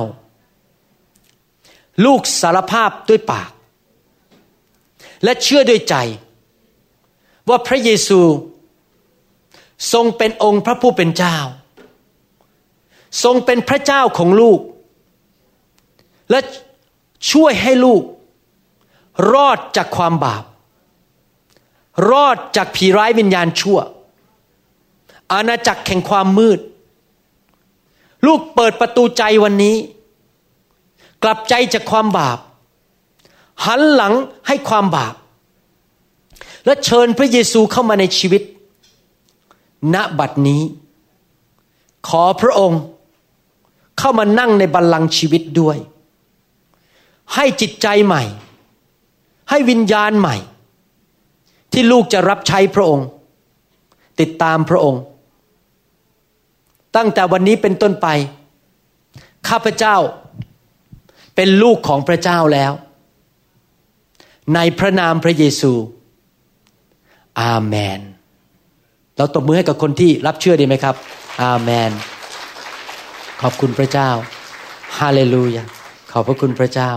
ลูกสารภาพด้วยปากและเชื่อด้วยใจว่าพระเยซูทรงเป็นองค์พระผู้เป็นเจ้าทรงเป็นพระเจ้าของลูกและช่วยให้ลูกรอดจากความบาปรอดจากผีร้ายวิญญาณชั่วอาณาจักรแห่งความมืดลูกเปิดประตูใจวันนี้กลับใจจากความบาปหันหลังให้ความบาปและเชิญพระเยซูเข้ามาในชีวิตณบัดนี้ขอพระองค์เข้ามานั่งในบัลลังก์ชีวิตด้วยให้จิตใจใหม่ให้วิญญาณใหม่ที่ลูกจะรับใช้พระองค์ติดตามพระองค์ตั้งแต่วันนี้เป็นต้นไปข้าพเจ้าเป็นลูกของพระเจ้าแล้วในพระนามพระเยซูอาเมนเราตบมือให้กับคนที่รับเชื่อดีไหมครับอาเมนขอบคุณพระเจ้าฮาเลลูยาขอบพระคุณพระเจ้า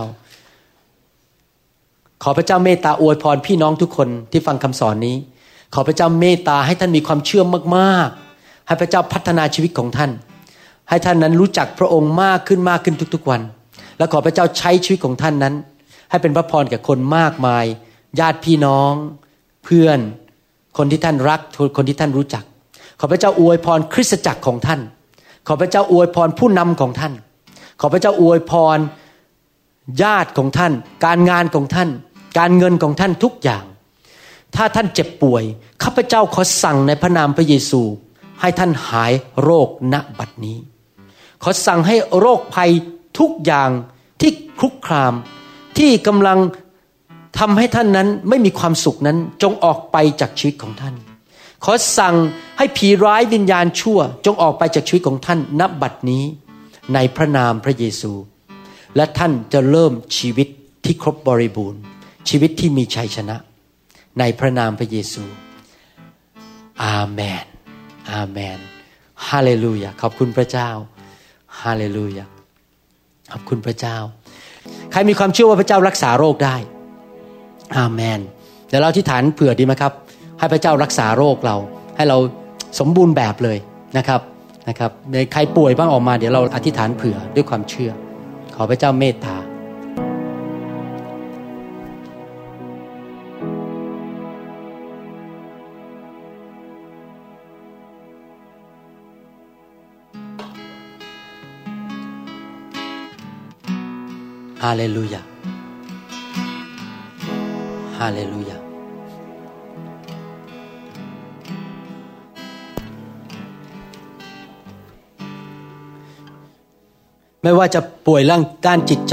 ขอพระเจ้าเมตตาอวยพรพี่น้องทุกคนที่ฟังคำสอนนี้ขอพระเจ้าเมตตาให้ท่านมีความเชื่อมากๆให้พระเจ้าพัฒนาชีวิตของท่านให้ท่านนั้นรู้จักพระองค์มากขึ้นทุกๆวันและขอพระเจ้าใช้ชีวิตของท่านนั้นให้เป็นพระพรแก่คนมากมายญาติพี่น้องเพื่อนคนที่ท่านรักคนที่ท่านรู้จักขอพระเจ้าอวยพรคริสตจักรของท่านขอพระเจ้าอวยพรผู้นำของท่านขอพระเจ้าอวยพรญาติของท่านการงานของท่านการเงินของท่านทุกอย่างถ้าท่านเจ็บป่วยข้าพเจ้าขอสั่งในพระนามพระเยซูให้ท่านหายโรคณบัดนี้ขอสั่งให้โรคภัยทุกอย่างที่คุกคามที่กำลังทำให้ท่านนั้นไม่มีความสุขนั้นจงออกไปจากชีวิตของท่านขอสั่งให้ผีร้ายวิญญาณชั่วจงออกไปจากชีวิตของท่านณบัดนี้ในพระนามพระเยซูและท่านจะเริ่มชีวิตที่ครบบริบูรณ์ชีวิตที่มีชัยชนะในพระนามพระเยซูอาเมนอาเมนฮาเลลูยาขอบคุณพระเจ้าฮาเลลูยาขอบคุณพระเจ้าใครมีความเชื่อว่าพระเจ้ารักษาโรคได้อาเมนเดี๋ยวเราอธิษฐานเผื่อดีไหมครับให้พระเจ้ารักษาโรคเราให้เราสมบูรณ์แบบเลยนะครับในใครป่วยบ้างออกมาเดี๋ยวเราอธิษฐานเผื่อด้วยความเชื่อขอพระเจ้าเมตตาฮาเลลูยาฮาเลลูยาไม่ว่าจะป่วยด้านจิตใจ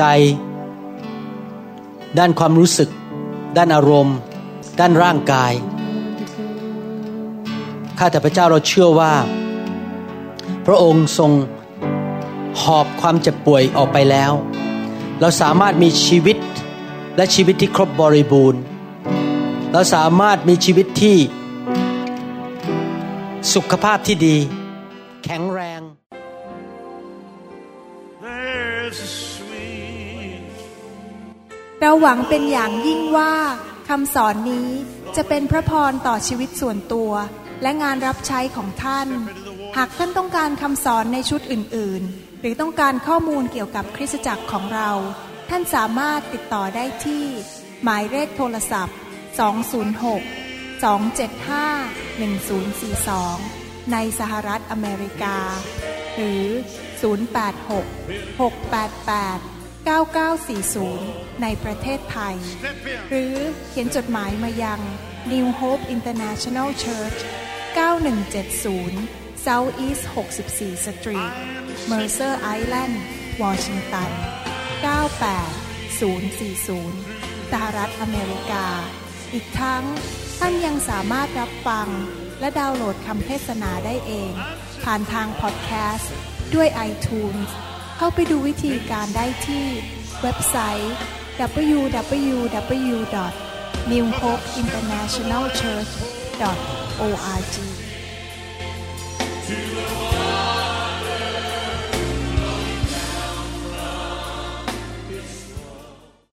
ด้านความรู้สึกด้านอารมณ์ด้านร่างกายข้าแต่พระเจ้าเราเชื่อว่าพระองค์ทรงหอบความเจ็บป่วยออกไปแล้วเราสามารถมีชีวิตและชีวิตที่ครบบริบูรณ์เราสามารถมีชีวิตที่สุขภาพที่ดีแข็งแรงเราหวังเป็นอย่างยิ่งว่าคำสอนนี้จะเป็นพระพรต่อชีวิตส่วนตัวและงานรับใช้ของท่านหากท่านต้องการคำสอนในชุดอื่นๆหรือต้องการข้อมูลเกี่ยวกับคริสตจักรของเราท่านสามารถติดต่อได้ที่หมายเลขโทรศัพท์206-275-1042ในสหรัฐอเมริกาหรือ086-688-9940ในประเทศไทยหรือเขียนจดหมายมายัง New Hope International Church 9170 South East 64 Street Mercer Island Washington 98040 สหรัฐอเมริกาอีกทั้งท่านยังสามารถรับฟังและดาวน์โหลดคำเทศนาได้เองผ่านทางพอดแคสต์ด้วย iTunes เข้าไปดูวิธีการได้ที่เว็บไซต์ www.newhopeinternationalchurch.org